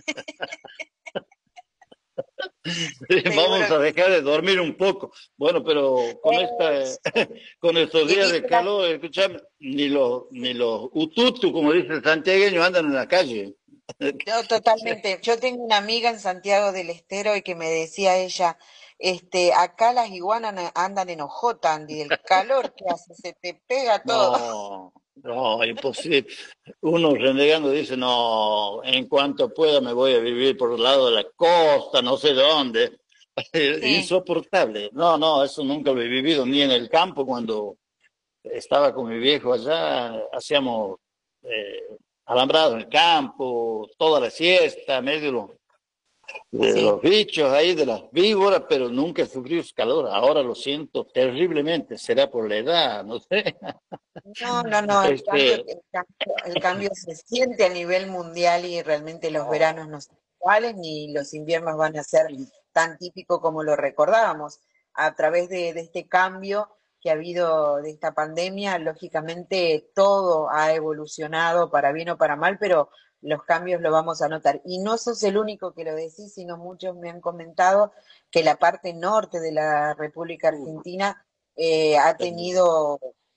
Speaker 9: Vamos a dejar de dormir un poco. Bueno, pero con estos días de calor, escuchame, ni los ututu, como dice el santiagueño, andan en la calle.
Speaker 8: No, totalmente. Yo tengo una amiga en Santiago del Estero y que me decía ella, acá las iguanas andan en ojota, Andy, del calor que hace, se te pega todo.
Speaker 9: No, imposible. Uno renegando dice, no, en cuanto pueda me voy a vivir por el lado de la costa, no sé dónde. Insoportable. No, eso nunca lo he vivido, ni en el campo cuando estaba con mi viejo allá, hacíamos alambrado en el campo, toda la siesta, medio de los bichos ahí, de las víboras, pero nunca sufrí calor. Ahora lo siento terriblemente, será por la edad, no sé.
Speaker 8: No, el cambio se siente a nivel mundial y realmente los veranos no son iguales ni los inviernos van a ser tan típicos como lo recordábamos. A través de este cambio que ha habido de esta pandemia, lógicamente todo ha evolucionado para bien o para mal, pero los cambios lo vamos a notar. Y no sos el único que lo decís, sino muchos me han comentado que la parte norte de la República Argentina ha tenido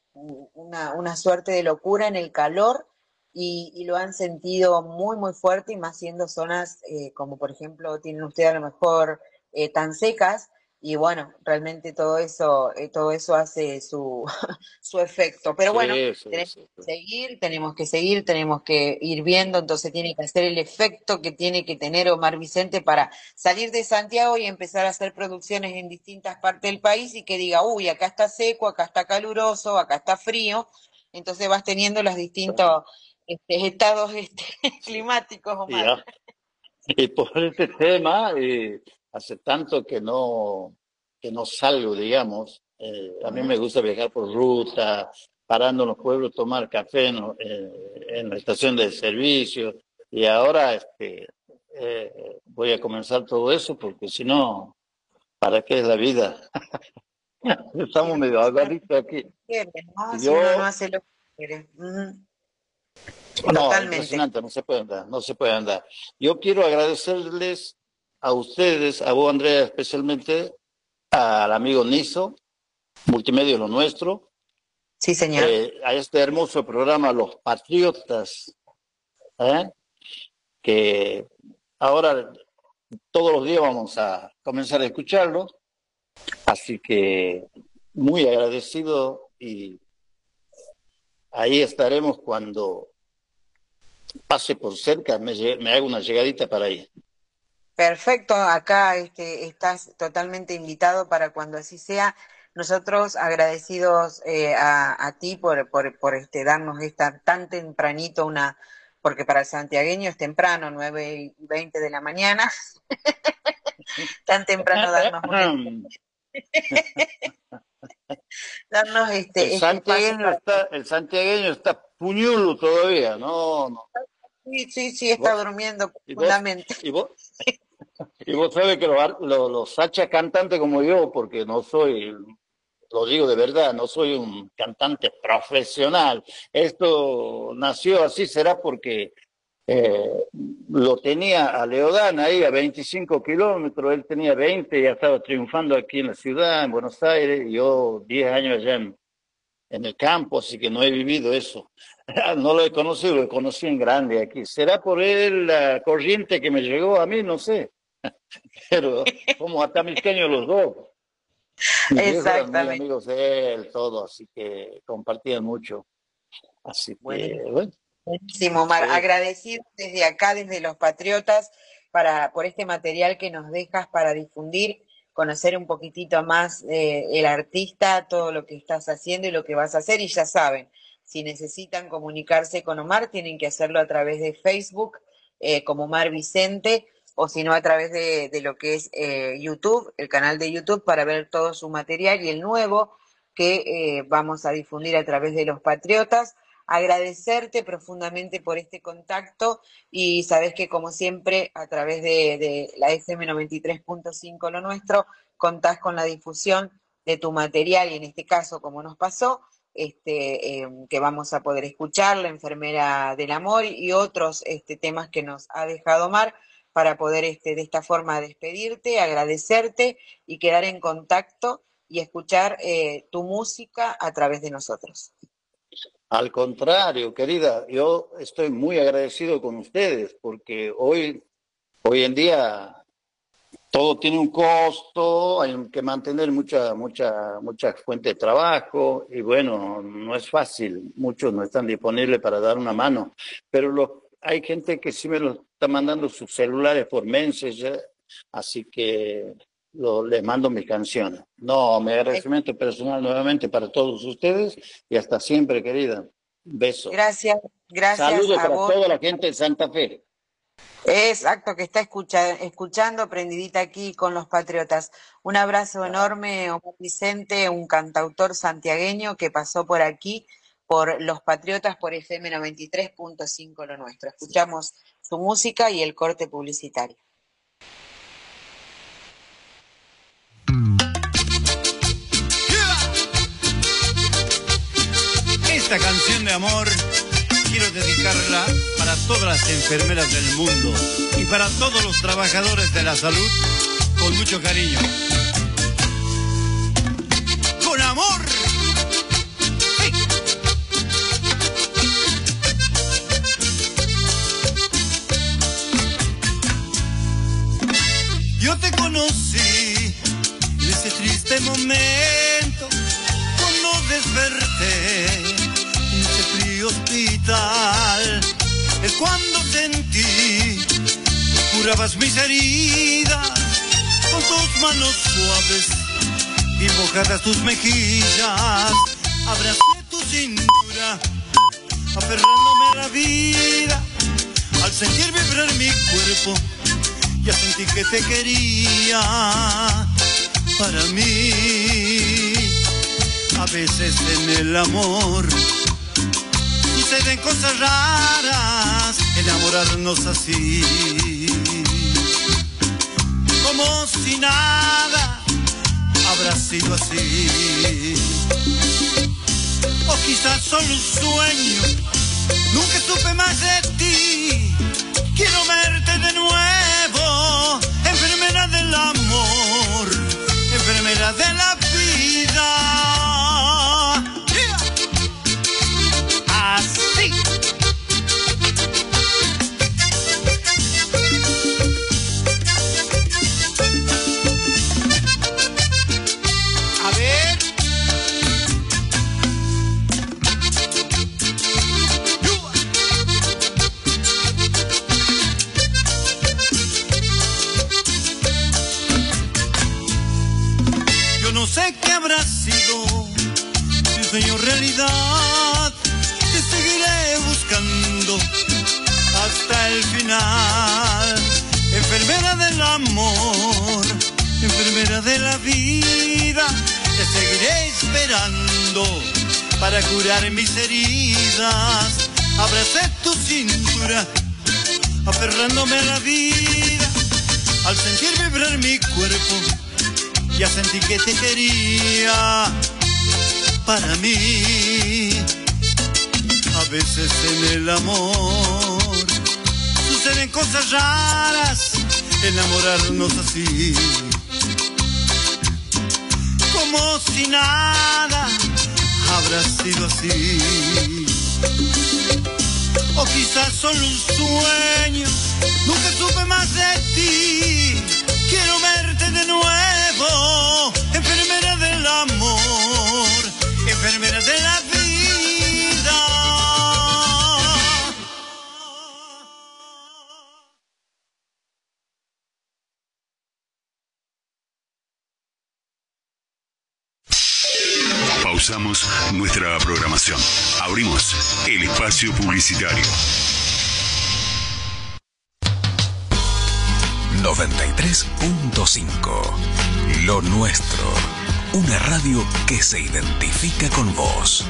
Speaker 8: una suerte de locura en el calor y lo han sentido muy, muy fuerte y más siendo zonas como por ejemplo tienen ustedes a lo mejor tan secas y bueno, realmente todo eso hace su, su efecto. Pero bueno,
Speaker 9: Sí, sí,
Speaker 8: tenemos
Speaker 9: sí.
Speaker 8: que seguir, tenemos que seguir, tenemos que ir viendo, entonces tiene que hacer el efecto que tiene que tener Omar Vicente para salir de Santiago y empezar a hacer producciones en distintas partes del país y que diga, uy, acá está seco, acá está caluroso, acá está frío, entonces vas teniendo los distintos estados
Speaker 9: Sí.
Speaker 8: climáticos,
Speaker 9: Y,
Speaker 8: Omar.
Speaker 9: ya- y por este tema, hace tanto que no salgo, digamos. A mí me
Speaker 8: Ujú.
Speaker 9: gusta viajar por ruta, parando en los pueblos, tomar café en la estación de servicio. Y ahora voy a comenzar todo eso porque si no, ¿para qué es la vida?
Speaker 8: Si
Speaker 9: Estamos
Speaker 8: no
Speaker 9: medio
Speaker 8: funciona
Speaker 9: ahogaditos aquí.
Speaker 8: como quiere, ¿no?
Speaker 9: Y
Speaker 8: Si uno no
Speaker 9: yo,
Speaker 8: hace lo que quiere. Ujú.
Speaker 9: no,
Speaker 8: Totalmente.
Speaker 9: impresionante, no se puede andar, no se puede andar. Yo quiero agradecerles a ustedes, a vos, Andrea, especialmente, al amigo Niso, Multimedia Lo Nuestro,
Speaker 8: Sí, señor.
Speaker 9: a este hermoso programa Los Patriotas, ¿eh? Que ahora todos los días vamos a comenzar a escucharlo, así que muy agradecido y ahí estaremos cuando pase por cerca, me hago una llegadita para ahí.
Speaker 8: Perfecto, acá estás totalmente invitado para cuando así sea. Nosotros agradecidos a ti por darnos esta tan tempranito porque para el santiagueño es temprano, 9:20 de la mañana, tan temprano darnos este espacio para.
Speaker 9: El santiagueño está puñulo todavía, no, no.
Speaker 8: Sí, sí, sí, está
Speaker 9: Vos,
Speaker 8: durmiendo
Speaker 9: y vos,
Speaker 8: profundamente.
Speaker 9: y vos, y vos sabés que los hacha cantantes como yo, porque no soy, lo digo de verdad, no soy un cantante profesional. Esto nació así, será porque eh, lo tenía a Leodán ahí a 25 kilómetros, él tenía 20, ya estaba triunfando aquí en la ciudad, en Buenos Aires, y yo 10 años allá en el campo, así que no he vivido eso. No lo he conocido, lo conocí en grande aquí. ¿Será por él la corriente que me llegó a mí? No sé, pero como atamisqueños los dos. Mis viejos eran muy
Speaker 8: Exactamente.
Speaker 9: amigos de él, todo, así que compartían mucho. Así que,
Speaker 8: Buenísimo.
Speaker 9: bueno,
Speaker 8: Buenísimo, Omar.
Speaker 9: sí.
Speaker 8: Agradecido desde acá, desde Los Patriotas, por este material que nos dejas para difundir, conocer un poquitito más el artista, todo lo que estás haciendo y lo que vas a hacer. Y ya saben, si necesitan comunicarse con Omar, tienen que hacerlo a través de Facebook, como Omar Vicente, o si no a través de lo que es YouTube, el canal de YouTube, para ver todo su material y el nuevo que vamos a difundir a través de Los Patriotas. Agradecerte profundamente por este contacto y sabes que como siempre a través de la FM 93.5 Lo Nuestro contás con la difusión de tu material y en este caso como nos pasó que vamos a poder escuchar La Enfermera del Amor y otros temas que nos ha dejado Mar para poder de esta forma despedirte, agradecerte y quedar en contacto y escuchar tu música a través de nosotros.
Speaker 9: Al contrario, querida, yo estoy muy agradecido con ustedes porque hoy en día todo tiene un costo, hay que mantener mucha fuente de trabajo y bueno, no es fácil, muchos no están disponibles para dar una mano, pero hay gente que sí me lo está mandando sus celulares por Messenger, así que les mando mis canciones. No, mi agradecimiento personal nuevamente para todos ustedes y hasta siempre, querida. Un beso.
Speaker 8: Gracias, gracias
Speaker 9: Saludos
Speaker 8: a
Speaker 9: para
Speaker 8: vos.
Speaker 9: toda la gente de Santa Fe.
Speaker 8: Exacto, que está escuchando, prendidita aquí con los Patriotas. Un abrazo enorme, Omar Vicente, un cantautor santiagueño que pasó por aquí, por Los Patriotas, por FM 93.5 Lo Nuestro. Escuchamos su música y el corte publicitario.
Speaker 10: Esta canción de amor quiero dedicarla para todas las enfermeras del mundo y para todos los trabajadores de la salud, con mucho cariño. Con amor. Sí. Yo te conocí en ese triste momento cuando desperté en ese frío hospital. Es cuando sentí curabas mis heridas con tus manos suaves y mojadas tus mejillas. Abracé tu cintura aferrándome a la vida. Al sentir vibrar mi cuerpo ya sentí que te quería para mí. A veces en el amor suceden cosas raras, enamorarnos así, como si nada habrá sido así. O quizás solo un sueño, nunca supe más de ti. Quiero verte de nuevo, enfermera del amor, enfermera de la vida. Así. A ver. Yo no sé qué habrá sido si sueño realidad. Te seguiré buscando hasta el final. Enfermera del amor, enfermera de la vida, te seguiré esperando para curar mis heridas. Abracé tu cintura, aferrándome a la vida. Al sentir vibrar mi cuerpo, ya sentí que te quería para mí. A veces en el amor suceden cosas raras, enamorarnos así, como si nada habrá sido así. O quizás solo un sueño, nunca supe más de ti. Quiero verte de nuevo, enfermera del amor, enfermera de la vida.
Speaker 1: Pausamos nuestra programación. Abrimos el espacio publicitario. 93.5. Lo nuestro. Una radio que se identifica con vos.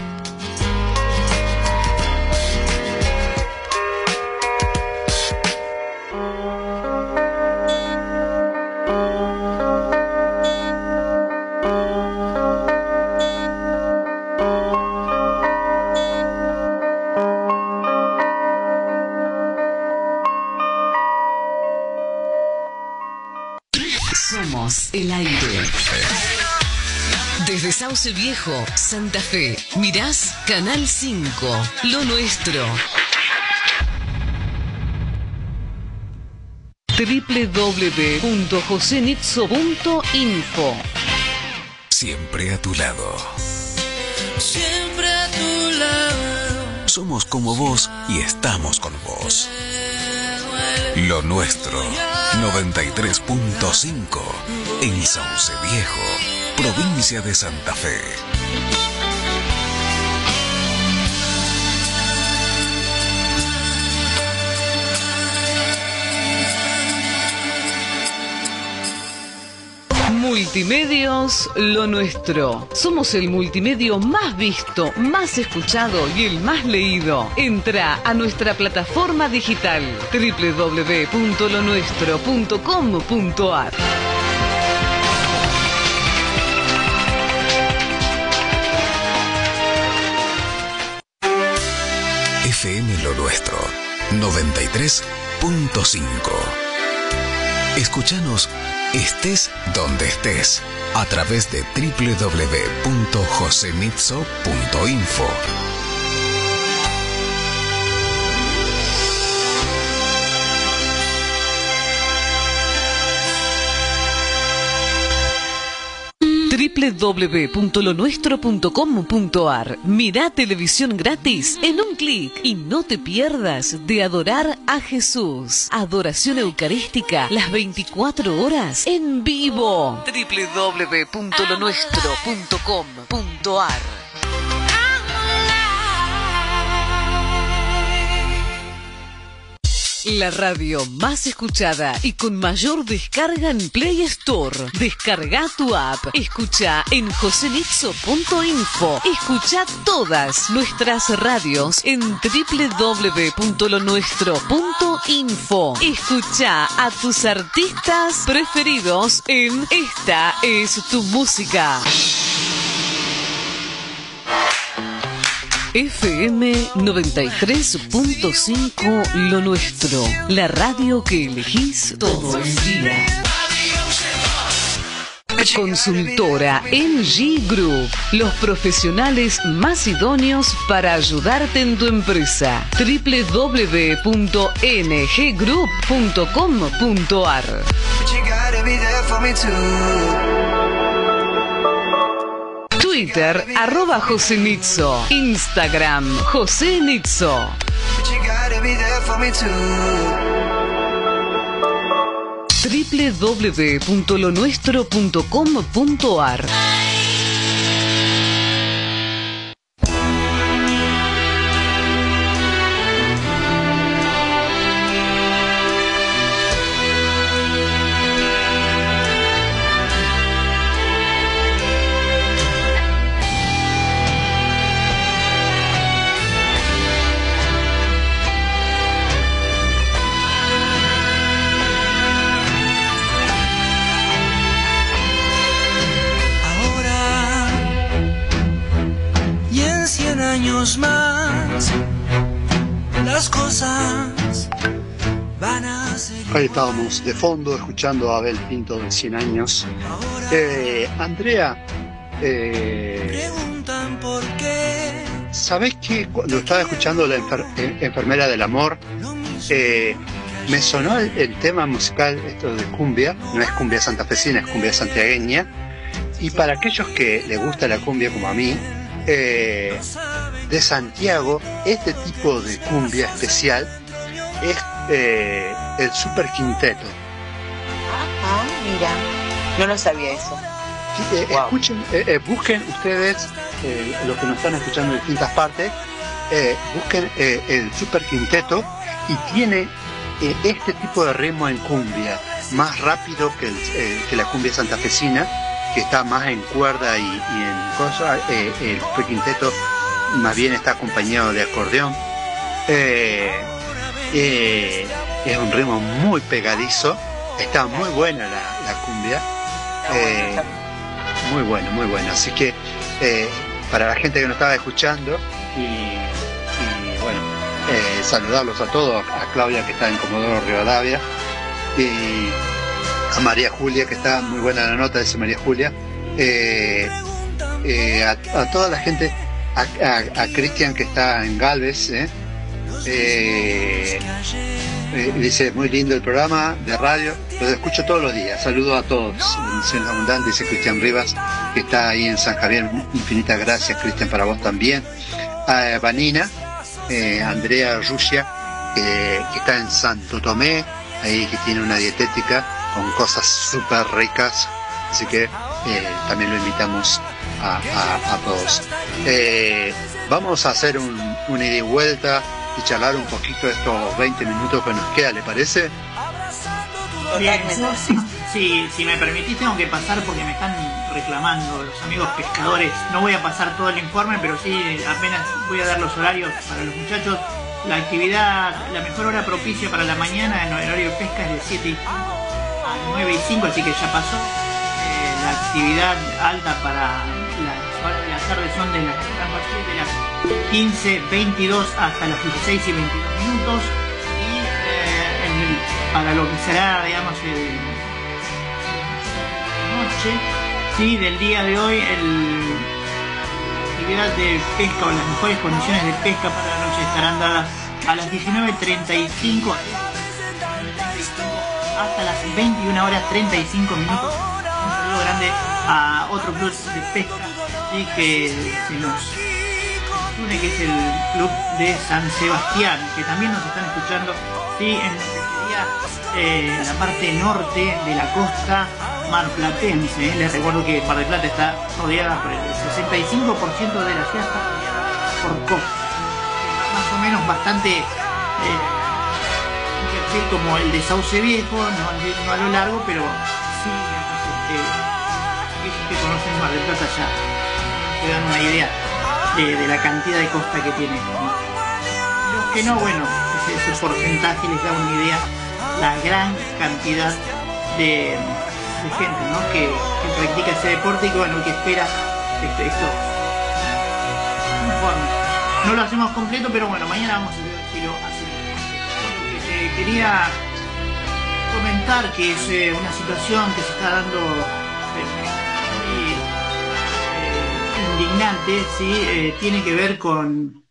Speaker 6: Somos el aire. Desde Sauce Viejo, Santa Fe, mirás Canal 5, Lo Nuestro. www.josenitzo.info.
Speaker 1: Siempre a tu lado.
Speaker 7: Siempre a tu lado.
Speaker 1: Somos como vos y estamos con vos. Lo nuestro. 93.5 en Sauce Viejo, provincia de Santa Fe.
Speaker 6: Multimedios Lo Nuestro. Somos el multimedio más visto, más escuchado y el más leído. Entra a nuestra plataforma digital www.lonuestro.com.ar.
Speaker 1: FM Lo Nuestro, 93.5. Escúchanos estés donde estés a través de www.josenitzo.info.
Speaker 6: www.lonuestro.com.ar. Mirá televisión gratis en un clic y no te pierdas de adorar a Jesús. Adoración eucarística las 24 horas en vivo. www.lonuestro.com.ar. La radio más escuchada y con mayor descarga en Play Store. Descarga tu app. Escucha en josenitzo.info. Escucha todas nuestras radios en www.lonuestro.info. Escucha a tus artistas preferidos en Esta es tu música. FM 93.5 Lo Nuestro, la radio que elegís todo el día. Consultora NG Group, los profesionales más idóneos para ayudarte en tu empresa. www.nggroup.com.ar. Twitter, @josenitzo. Instagram, josenitzo. www.lonuestro.com.ar.
Speaker 7: Años más, las cosas van a seguir.
Speaker 2: Ahí estábamos de fondo escuchando a Abel Pinto de 100 años. Andrea,
Speaker 7: preguntan por qué.
Speaker 2: ¿Sabés que cuando estaba escuchando la enfermera del amor, me sonó el tema musical esto de cumbia? No es cumbia santafesina, es cumbia santiagueña. Y para aquellos que les gusta la cumbia como a mí, de Santiago, este tipo de cumbia especial es el Super Quinteto.
Speaker 8: Ajá, mira, no lo sabía eso.
Speaker 2: Sí, wow. Escuchen, busquen ustedes, los que nos están escuchando en distintas partes, busquen el Super Quinteto y tiene este tipo de ritmo en cumbia, más rápido que la cumbia santafesina, que está más en cuerda y en cosas. El Super Quinteto más bien está acompañado de acordeón. Es un ritmo muy pegadizo. Está muy buena la cumbia. Muy bueno. Así que para la gente que nos estaba escuchando y bueno, saludarlos a todos, a Claudia que está en Comodoro Rivadavia y a María Julia, que está muy buena la nota, dice María Julia, a toda la gente, a Cristian que está en Galvez, dice muy lindo el programa de radio, lo escucho todos los días, saludos a todos, bendiciones abundantes, dice Cristian Rivas, que está ahí en San Javier, infinitas gracias Cristian, para vos también, a Vanina, Andrea Rusia, que está en Santo Tomé, ahí que tiene una dietética con cosas súper ricas, así que también lo invitamos a todos. Vamos a hacer un ida y vuelta y charlar un poquito de estos 20 minutos que nos queda, ¿le parece?
Speaker 3: Bien, si me permitís tengo que pasar porque me están reclamando los amigos pescadores. No voy a pasar todo el informe, pero sí apenas voy a dar los horarios para los muchachos. La actividad, la mejor hora propicia para la mañana en el horario de pesca es de 7 a 9 y 5, así que ya pasó. La actividad alta para las tarde son a partir de las 15:22 hasta las 16:22. Y para lo que será, digamos, noche, sí, del día de hoy, actividad de pesca o las mejores condiciones de pesca para la noche estarán dadas a las 19:35 hasta las 21:35. Un saludo grande a otro club de pesca, ¿sí? Que se nos une, que es el club de San Sebastián, que también nos están escuchando, ¿sí? En la parte norte de la costa marplatense. Les recuerdo que Mar del Plata está rodeada por el 65% de la ciudad, está rodeada por costa, más o menos bastante un perfil como el de Sauce Viejo, no a lo largo, pero sí, aquellos que conocen Mar del Plata ya se dan una idea de la cantidad de costa que tiene. Los que no, bueno, ese porcentaje les da una idea, la gran cantidad de gente, ¿no? que practica ese deporte y que, bueno, que espera esto. No lo hacemos completo, pero bueno, mañana vamos a ver si lo hacemos. Quería comentar que es una situación que se está dando muy indignante, ¿sí? Tiene que ver con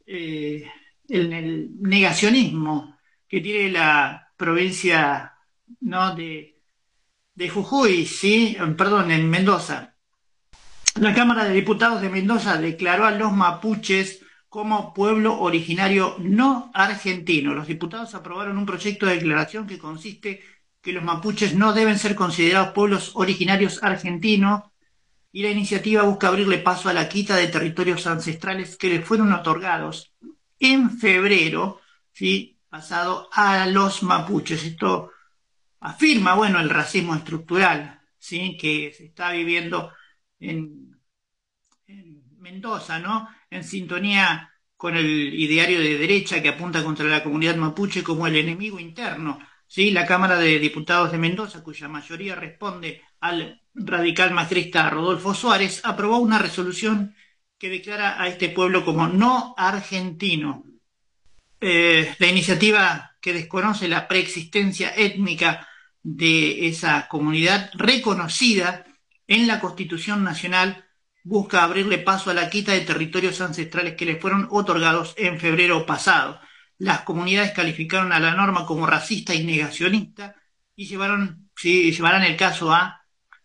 Speaker 3: el negacionismo que tiene la provincia, ¿no? de Jujuy, ¿sí? Perdón, en Mendoza. La Cámara de Diputados de Mendoza declaró a los mapuches como pueblo originario no argentino. Los diputados aprobaron un proyecto de declaración que consiste que los mapuches no deben ser considerados pueblos originarios argentinos, y la iniciativa busca abrirle paso a la quita de territorios ancestrales que les fueron otorgados en febrero, ¿sí? Pasado a los mapuches. Esto afirma, bueno, el racismo estructural, ¿sí? Que se está viviendo en Mendoza, ¿no? En sintonía con el ideario de derecha que apunta contra la comunidad mapuche como el enemigo interno, ¿sí? La Cámara de Diputados de Mendoza, cuya mayoría responde al radical macrista Rodolfo Suárez, aprobó una resolución que declara a este pueblo como no argentino. La iniciativa, que desconoce la preexistencia étnica de esa comunidad reconocida en la Constitución Nacional, busca abrirle paso a la quita de territorios ancestrales que les fueron otorgados en febrero pasado. Las comunidades calificaron a la norma como racista y negacionista y llevarán el caso a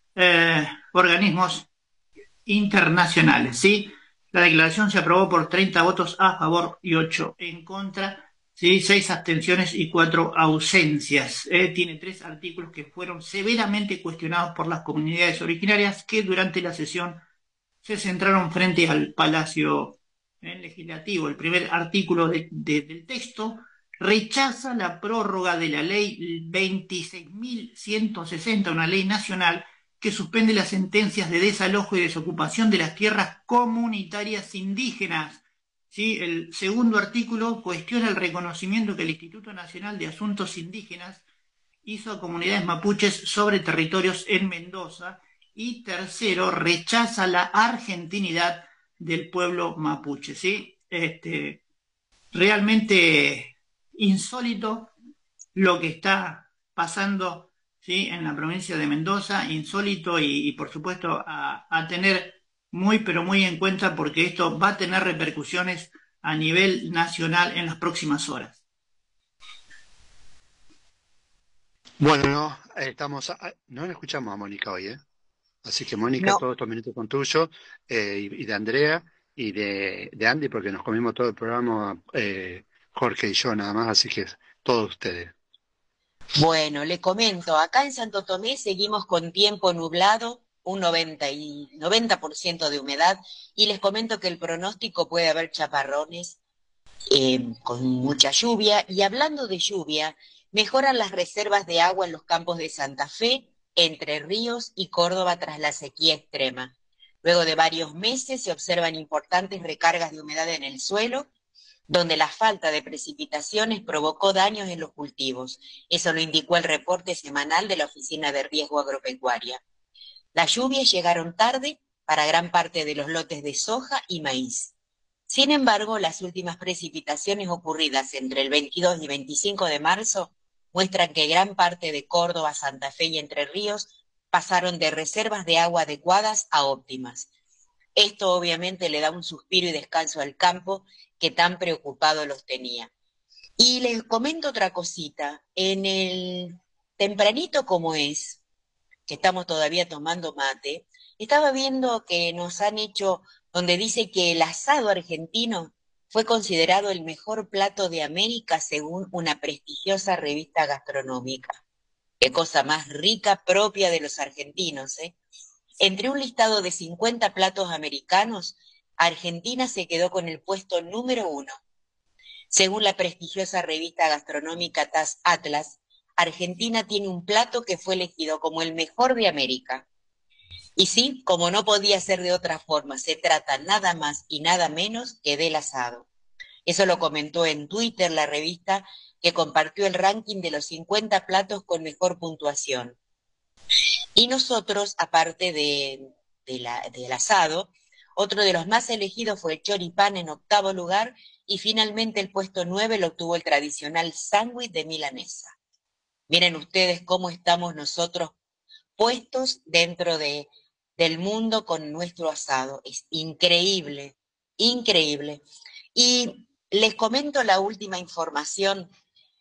Speaker 3: organismos internacionales, ¿sí? La declaración se aprobó por 30 votos a favor y 8 en contra, ¿sí? 6 abstenciones y 4 ausencias. Tiene 3 artículos que fueron severamente cuestionados por las comunidades originarias, que durante la sesión se centraron frente al Palacio Legislativo. El primer artículo del texto rechaza la prórroga de la ley 26.160, una ley nacional que suspende las sentencias de desalojo y desocupación de las tierras comunitarias indígenas, ¿sí? El segundo artículo cuestiona el reconocimiento que el Instituto Nacional de Asuntos Indígenas hizo a comunidades mapuches sobre territorios en Mendoza. Y tercero, rechaza la argentinidad del pueblo mapuche, ¿sí? Realmente insólito lo que está pasando, ¿sí? En la provincia de Mendoza, insólito y por supuesto a tener muy pero muy en cuenta, porque esto va a tener repercusiones a nivel nacional en las próximas horas.
Speaker 2: Bueno, no le escuchamos a Mónica hoy, ¿eh? Así que Mónica,
Speaker 8: No.
Speaker 2: todos estos minutos con tuyo, y de Andrea y de Andy, porque nos comimos todo el programa, Jorge y yo nada más, así que todos ustedes.
Speaker 5: Bueno, le comento, acá en Santo Tomé seguimos con tiempo nublado, un 90% de humedad, y les comento que el pronóstico puede haber chaparrones con mucha lluvia. Y hablando de lluvia, mejoran las reservas de agua en los campos de Santa Fe, Entre Ríos y Córdoba tras la sequía extrema. Luego de varios meses se observan importantes recargas de humedad en el suelo, donde la falta de precipitaciones provocó daños en los cultivos. Eso lo indicó el reporte semanal de la Oficina de Riesgo Agropecuaria. Las lluvias llegaron tarde, para gran parte de los lotes de soja y maíz. Sin embargo, las últimas precipitaciones ocurridas entre el 22 y 25 de marzo muestran que gran parte de Córdoba, Santa Fe y Entre Ríos pasaron de reservas de agua adecuadas a óptimas. Esto obviamente le da un suspiro y descanso al campo que tan preocupado los tenía. Y les comento otra cosita, en el tempranito como es, que estamos todavía tomando mate, estaba viendo que nos han hecho, donde dice que el asado argentino fue considerado el mejor plato de América según una prestigiosa revista gastronómica. Qué cosa más rica propia de los argentinos, ¿eh? Entre un listado de 50 platos americanos, Argentina se quedó con el puesto número 1. Según la prestigiosa revista gastronómica TAS Atlas, Argentina tiene un plato que fue elegido como el mejor de América. Y sí, como no podía ser de otra forma, se trata nada más y nada menos que del asado. Eso lo comentó en Twitter la revista, que compartió el ranking de los 50 platos con mejor puntuación. Y nosotros, aparte del asado, otro de los más elegidos fue el choripán en 8º lugar, y finalmente el puesto 9 lo obtuvo el tradicional sándwich de milanesa. Miren ustedes cómo estamos nosotros puestos dentro del mundo con nuestro asado. Es increíble, increíble. Y les comento la última información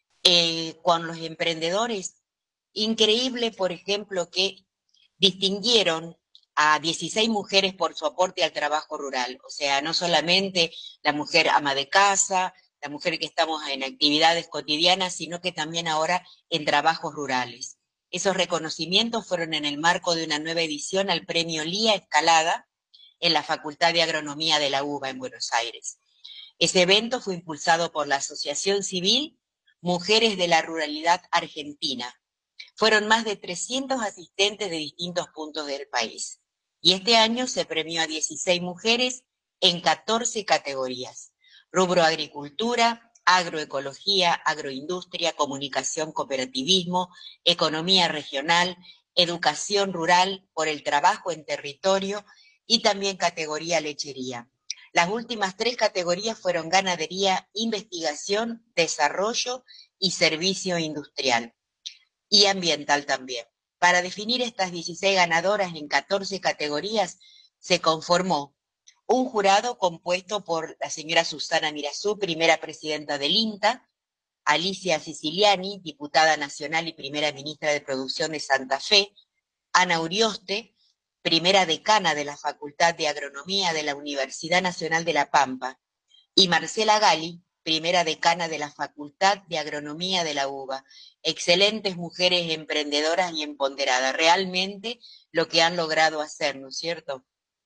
Speaker 5: con los emprendedores. Increíble, por ejemplo, que distinguieron a 16 mujeres por su aporte al trabajo rural. O sea, no solamente la mujer ama de casa, la mujer que estamos en actividades cotidianas, sino que también ahora en trabajos rurales. Esos reconocimientos fueron en el marco de una nueva edición al Premio Lía Escalada en la Facultad de Agronomía de la UBA en Buenos Aires. Ese evento fue impulsado por la Asociación Civil Mujeres de la Ruralidad Argentina. Fueron más de 300 asistentes de distintos puntos del país. Y este año se premió a 16 mujeres en 14 categorías. Rubro agricultura, agroecología, agroindustria, comunicación, cooperativismo, economía regional, educación rural, por el trabajo en territorio y también categoría lechería. Las últimas 3 categorías fueron ganadería, investigación, desarrollo y servicio industrial. Y ambiental también. Para definir estas 16 ganadoras en 14 categorías, se conformó un jurado compuesto por la señora Susana Mirazú, primera presidenta del INTA, Alicia Siciliani, diputada nacional y primera ministra de Producción de Santa Fe, Ana Urioste, primera decana de la Facultad de Agronomía de la Universidad Nacional de La Pampa, y Marcela Gali, primera decana de la Facultad de Agronomía de la UBA. Excelentes mujeres emprendedoras y empoderadas. Realmente lo que han logrado hacer, ¿no es cierto?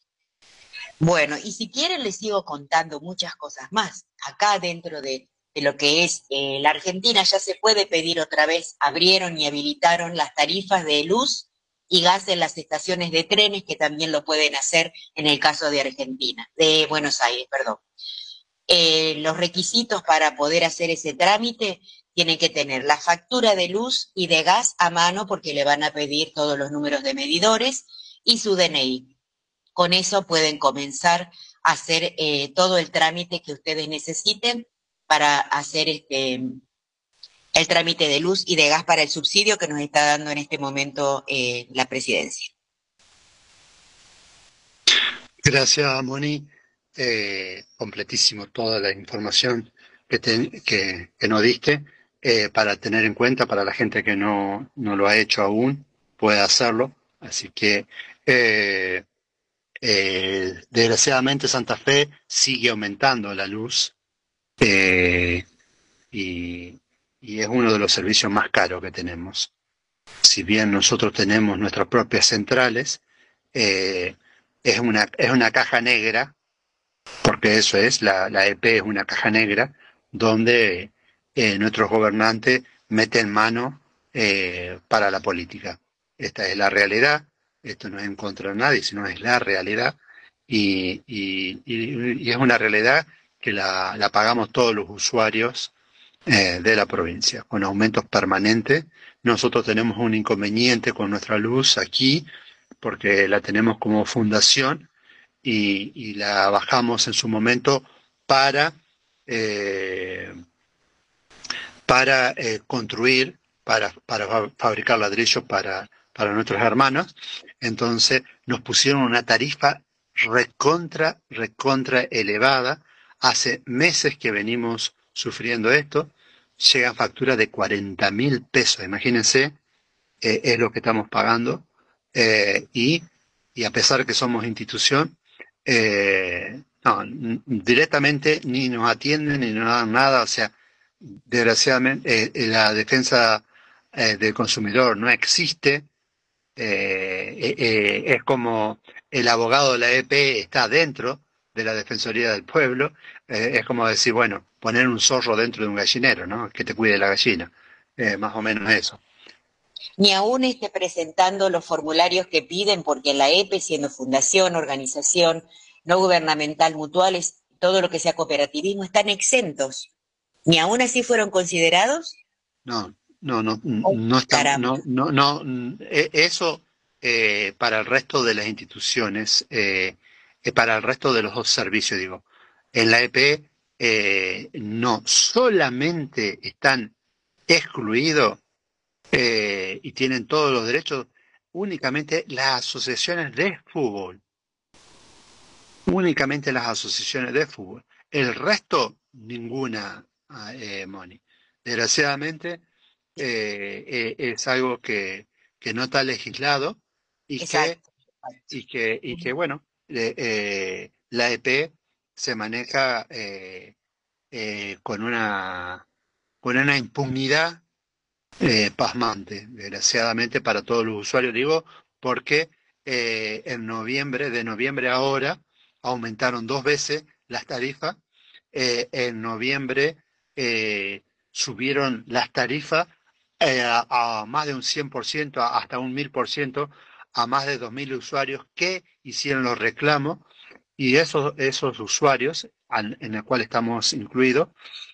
Speaker 5: Bueno, y si quieren les sigo contando muchas cosas más. Acá dentro de lo que es la Argentina ya se puede pedir otra vez, abrieron y habilitaron las tarifas de luz y gas en las estaciones de trenes, que también lo pueden hacer en el caso de Argentina, de Buenos Aires, perdón. Los requisitos para poder hacer ese trámite tienen que tener la factura de luz y de gas a mano, porque le van a pedir todos los números de medidores y su DNI. Con eso pueden comenzar a hacer todo el trámite que ustedes necesiten para hacer el trámite de luz y de gas para el subsidio que nos está dando en este momento la presidencia.
Speaker 2: Gracias, Moni. Completísimo toda la información que nos diste, para tener en cuenta para la gente que no lo ha hecho aún, puede hacerlo. Así que desgraciadamente Santa Fe sigue aumentando la luz, y es uno de los servicios más caros que tenemos. Si bien nosotros tenemos nuestras propias centrales, es una caja negra, porque eso es, la EP es una caja negra donde nuestros gobernantes meten mano para la política. Esta es la realidad, esto no es en contra de nadie, sino es la realidad, y es una realidad que la pagamos todos los usuarios de la provincia, con aumentos permanentes. Nosotros tenemos un inconveniente con nuestra luz aquí, porque la tenemos como fundación, y la bajamos en su momento para construir, para fabricar ladrillos para nuestros hermanos. Entonces nos pusieron una tarifa recontra elevada. Hace meses que venimos sufriendo esto. Llegan facturas de 40.000 pesos, imagínense, es lo que estamos pagando. Y a pesar de que somos institución, no, directamente ni nos atienden ni nos dan nada. O sea, desgraciadamente la defensa del consumidor no existe. Es como el abogado de la EP está dentro de la Defensoría del Pueblo. Es como decir, bueno, poner un zorro dentro de un gallinero, ¿no? Que te cuide la gallina. Más o menos eso.
Speaker 5: Ni aún esté presentando los formularios que piden, porque la EPE, siendo fundación, organización no gubernamental, mutuales, todo lo que sea cooperativismo, están exentos. ¿Ni aún así fueron considerados?
Speaker 2: No están, eso para el resto de las instituciones, para el resto de los dos servicios, digo. En la EP no, solamente están excluidos y tienen todos los derechos únicamente las asociaciones de fútbol. Únicamente las asociaciones de fútbol. El resto, ninguna, Moni. Desgraciadamente, es algo que no está legislado y que bueno, la EP se maneja con una impunidad pasmante, desgraciadamente para todos los usuarios, digo, porque de noviembre a ahora aumentaron 2 veces las tarifas. En noviembre subieron las tarifas a más de un 100%, hasta un 1000%, a más de 2.000 usuarios que hicieron los reclamos, y esos usuarios, en el cual estamos incluidos,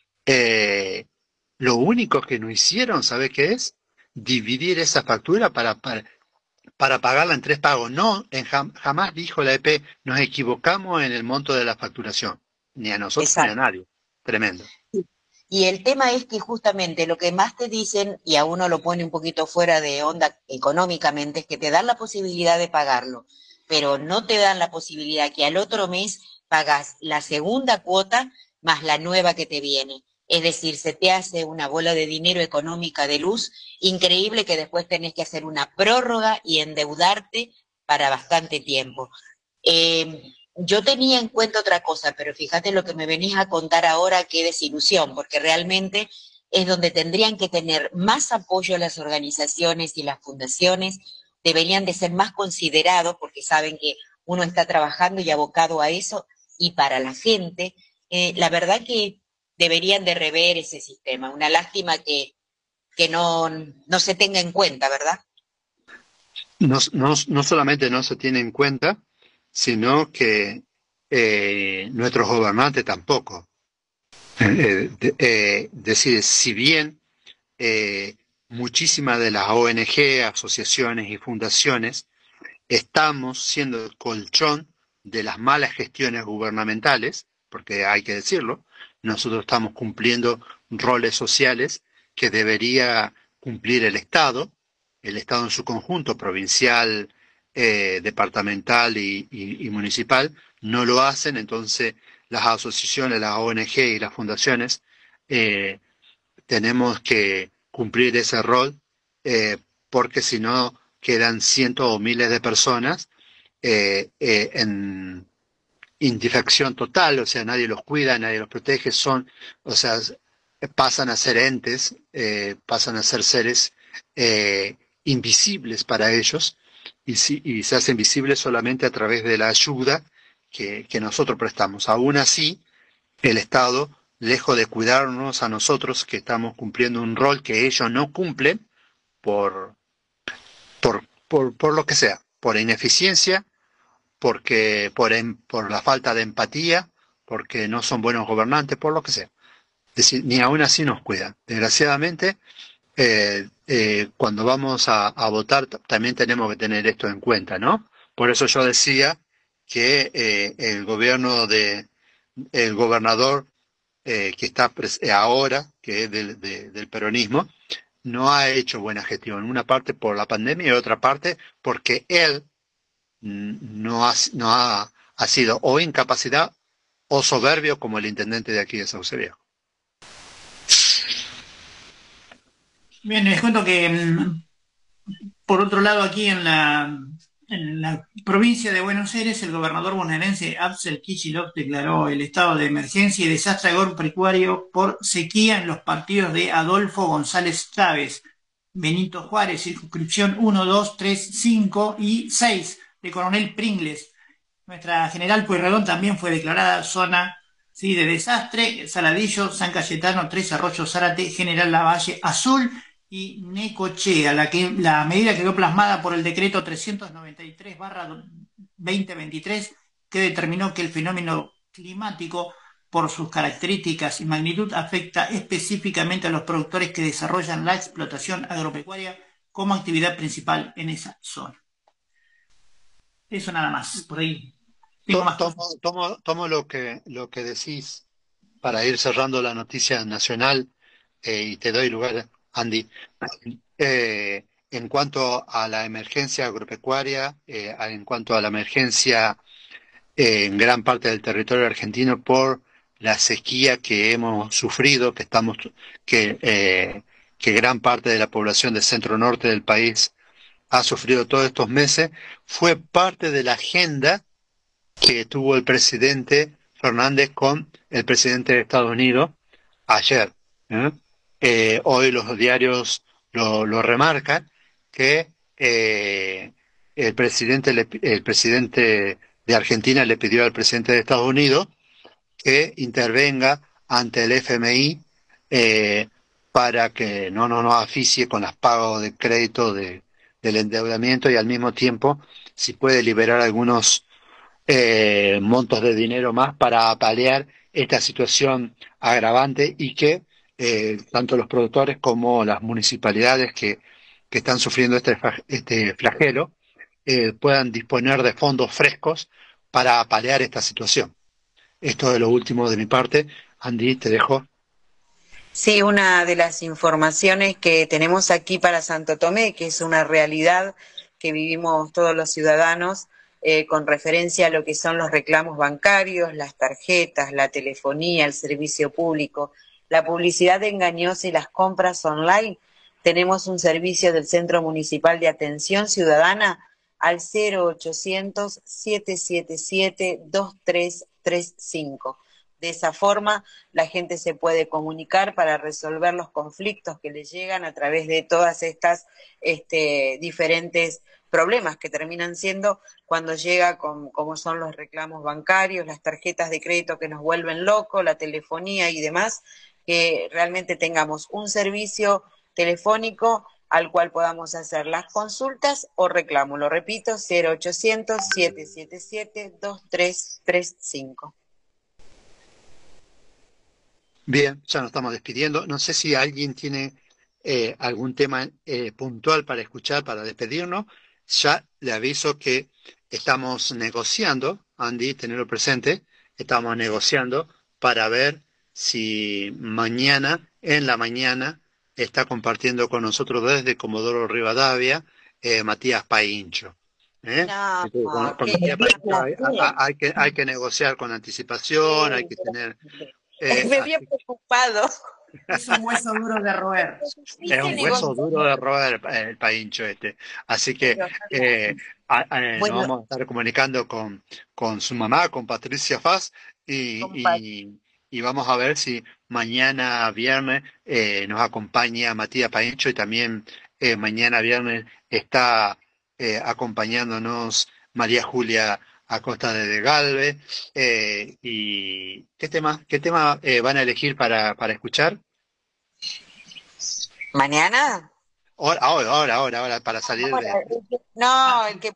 Speaker 2: lo único que no hicieron, ¿sabe qué es? Dividir esa factura para pagarla en 3 pagos. No, jamás dijo la EP, nos equivocamos en el monto de la facturación, ni a nosotros ni a nadie. Tremendo.
Speaker 5: Y el tema es que justamente lo que más te dicen, y a uno lo pone un poquito fuera de onda económicamente, es que te dan la posibilidad de pagarlo, pero no te dan la posibilidad que al otro mes pagas la segunda cuota más la nueva que te viene. Es decir, se te hace una bola de dinero económica de luz increíble, que después tenés que hacer una prórroga y endeudarte para bastante tiempo. Yo tenía en cuenta otra cosa, pero fíjate lo que me venís a contar ahora, qué desilusión, porque realmente es donde tendrían que tener más apoyo las organizaciones y las fundaciones, deberían de ser más considerados, porque saben que uno está trabajando y abocado a eso, y para la gente, la verdad que deberían de rever ese sistema. Una lástima que no se tenga en cuenta, ¿verdad?
Speaker 2: No solamente no se tiene en cuenta, sino que nuestros gobernantes tampoco. Decir, si bien muchísimas de las ONG, asociaciones y fundaciones estamos siendo el colchón de las malas gestiones gubernamentales, porque hay que decirlo, nosotros estamos cumpliendo roles sociales que debería cumplir el Estado en su conjunto, provincial, departamental y municipal, no lo hacen. Entonces las asociaciones, las ONG y las fundaciones tenemos que cumplir ese rol, porque si no quedan cientos o miles de personas en indefección total. O sea, nadie los cuida, nadie los protege, pasan a ser entes, pasan a ser seres invisibles para ellos, y se hacen visibles solamente a través de la ayuda que nosotros prestamos. Aún así, el Estado, lejos de cuidarnos a nosotros, que estamos cumpliendo un rol que ellos no cumplen, por lo que sea, por ineficiencia, porque por la falta de empatía, porque no son buenos gobernantes, por lo que sea. Es decir, ni aún así nos cuidan. Desgraciadamente, cuando vamos a votar también tenemos que tener esto en cuenta, ¿no? Por eso yo decía que el gobernador que está ahora, que es del peronismo, no ha hecho buena gestión. Una parte por la pandemia y otra parte porque él ha sido o incapacidad o soberbio como el intendente de aquí de Sauce Viejo.
Speaker 3: Bien, les cuento que por otro lado aquí en la provincia de Buenos Aires, el gobernador bonaerense Axel Kicillof declaró el estado de emergencia y desastre agropecuario por sequía en los partidos de Adolfo González Chávez, Benito Juárez, circunscripción 1, 2, 3, 5 y 6 de Coronel Pringles. Nuestra General Pueyrredón también fue declarada zona, ¿sí?, de desastre. Saladillo, San Cayetano, Tres Arroyos, Zárate, General Lavalle, Azul y Necochea. La medida quedó plasmada por el decreto 393/2023, que determinó que el fenómeno climático, por sus características y magnitud, afecta específicamente a los productores que desarrollan la explotación agropecuaria como actividad principal en esa zona. Eso nada más, por ahí.
Speaker 2: Tomo lo que decís para ir cerrando la noticia nacional, y te doy lugar, Andy. En cuanto a la emergencia agropecuaria, en cuanto a la emergencia en gran parte del territorio argentino por la sequía que hemos sufrido, que gran parte de la población del centro norte del país ha sufrido todos estos meses, fue parte de la agenda que tuvo el presidente Fernández con el presidente de Estados Unidos ayer. Hoy los diarios lo remarcan, que el presidente de Argentina le pidió al presidente de Estados Unidos que intervenga ante el FMI para que no nos asfixie con los pagos de crédito del endeudamiento, y al mismo tiempo si puede liberar algunos montos de dinero más para paliar esta situación agravante, y que tanto los productores como las municipalidades que están sufriendo este flagelo puedan disponer de fondos frescos para paliar esta situación. Esto es lo último de mi parte. Andy, te dejo.
Speaker 8: Sí, una de las informaciones que tenemos aquí para Santo Tomé, que es una realidad que vivimos todos los ciudadanos, con referencia a lo que son los reclamos bancarios, las tarjetas, la telefonía, el servicio público, la publicidad engañosa y las compras online. Tenemos un servicio del Centro Municipal de Atención Ciudadana al 0800-777-2335. De esa forma, la gente se puede comunicar para resolver los conflictos que le llegan a través de todas estas diferentes problemas que terminan siendo cuando llega como son los reclamos bancarios, las tarjetas de crédito que nos vuelven locos, la telefonía y demás, que realmente tengamos un servicio telefónico al cual podamos hacer las consultas o reclamos. Lo repito, 0800-777-2335.
Speaker 2: Bien, ya nos estamos despidiendo. No sé si alguien tiene algún tema puntual para escuchar, para despedirnos. Ya le aviso que estamos negociando, Andy, tenerlo presente, estamos negociando para ver si mañana, en la mañana, está compartiendo con nosotros desde Comodoro Rivadavia, Matías Paincho.
Speaker 8: No,
Speaker 2: Con Matías Paincho hay que negociar con anticipación, hay que tener...
Speaker 8: me había preocupado.
Speaker 3: Es un hueso duro de roer.
Speaker 2: Es un hueso duro de roer el Paincho este. Así que nos vamos a estar comunicando con su mamá, con Patricia Faz, y vamos a ver si mañana viernes nos acompaña Matías Paincho, y también mañana viernes está acompañándonos María Julia Acosta de Galvez. ¿Y qué tema van a elegir para escuchar?
Speaker 8: ¿Mañana?
Speaker 2: Ahora, para salir de...
Speaker 8: No, el que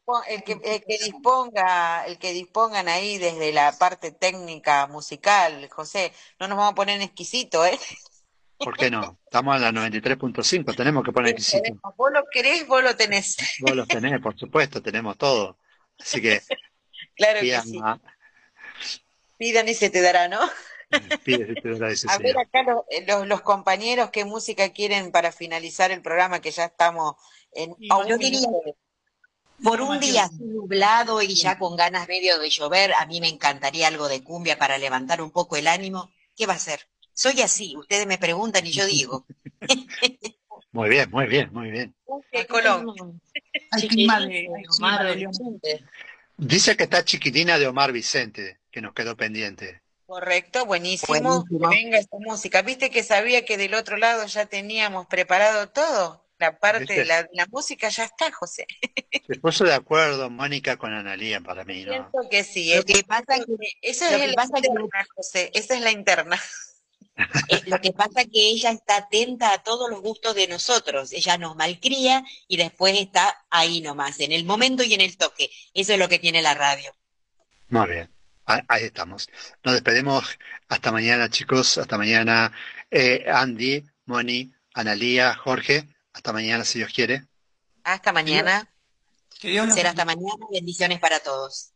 Speaker 8: dispongan ahí desde la parte técnica musical, José. No nos vamos a poner en exquisito, ¿eh?
Speaker 2: ¿Por qué no? Estamos en la 93.5, tenemos que poner exquisito.
Speaker 8: Vos lo querés, vos lo tenés.
Speaker 2: Vos los tenés, por supuesto, tenemos todo. Así que
Speaker 8: Claro que
Speaker 2: Pidan,
Speaker 8: sí. Pidan y se te dará, ¿no?
Speaker 2: pide si te dará ese
Speaker 8: A ver
Speaker 2: señor.
Speaker 8: acá los compañeros, ¿qué música quieren para finalizar el programa? Que ya estamos en...
Speaker 3: Yo
Speaker 5: diría, por un día así nublado y ya con ganas medio de llover, a mí me encantaría algo de cumbia para levantar un poco el ánimo. ¿Qué va a ser? Soy así, ustedes me preguntan y yo digo.
Speaker 2: Muy bien, muy bien, muy bien.
Speaker 8: ¿Qué Colón?
Speaker 3: Hay clima de Omar de León.
Speaker 2: Dice que está Chiquitina de Omar Vicente, que nos quedó pendiente.
Speaker 8: Correcto, buenísimo. Que venga esta música. ¿Viste que sabía que del otro lado ya teníamos preparado todo? La parte de la música ya está, José.
Speaker 2: Se puso de acuerdo Mónica con Analía para mí, ¿no?
Speaker 8: Siento que sí.
Speaker 5: Lo que pasa
Speaker 8: Eso es la interna, José. Esa es la interna.
Speaker 5: Lo que pasa es que ella está atenta a todos los gustos de nosotros. Ella nos malcría y después está ahí nomás, en el momento y en el toque. Eso es lo que tiene la radio.
Speaker 2: Muy bien. Ahí estamos. Nos despedimos. Hasta mañana, chicos. Hasta mañana, Andy, Moni, Analía, Jorge. Hasta mañana, si Dios quiere.
Speaker 8: Hasta mañana.
Speaker 5: Será hasta mañana. Bendiciones para todos.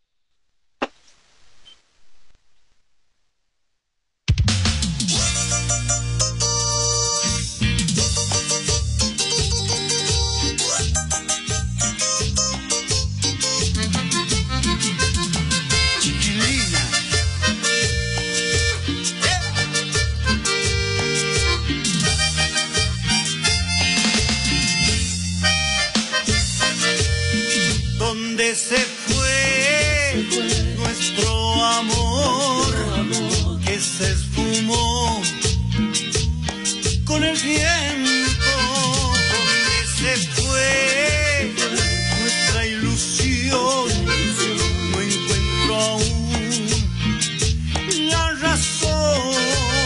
Speaker 10: ¿Dónde se fue nuestro amor que se esfumó con el tiempo? ¿Dónde se fue nuestra ilusión? No encuentro aún la razón.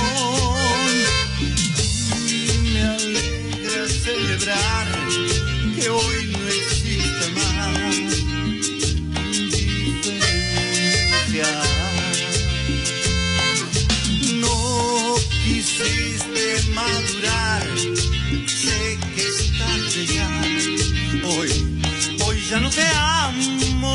Speaker 10: Me alegra celebrar que hoy no existe más diferencia. No quisiste madurar, sé que es tarde ya. Hoy ya no te amo.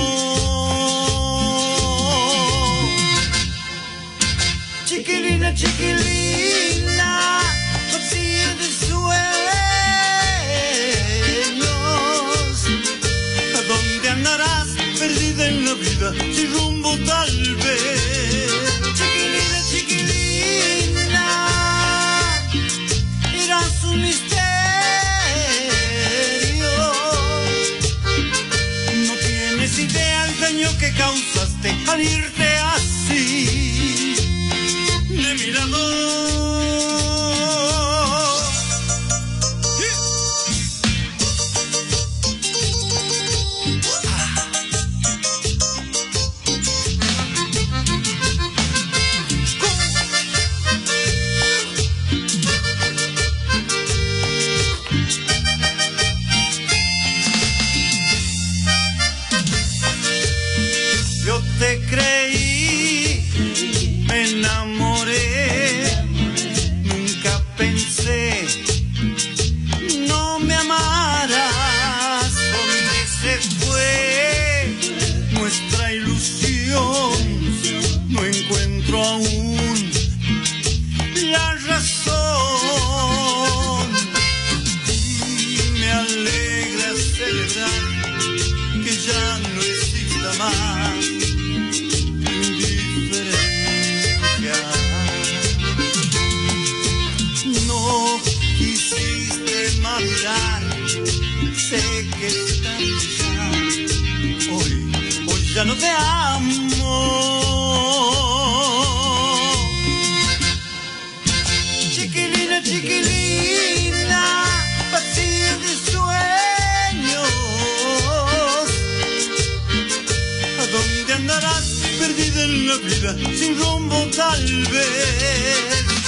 Speaker 10: Chiquilina, chiquilina, vacía de sueños. ¿A dónde andarás perdida en la vida, sin rumbo tal vez? Chiquilina, chiquilina, eras un misterio. No tienes idea el daño que causaste al irte así de mi lado. Yo te creí, me enamoré, nunca pensé no me amaras. ¿Dónde se fue nuestra ilusión? No encuentro aún la razón. Y me alegra celebrar que ya no exista más indiferencia. No quisiste madurar, sé que es tarde ya. Hoy ya no te amo. Chiquilina, chiquilina, vacía de sueños. ¿A dónde andarás perdida en la vida, sin rumbo tal vez?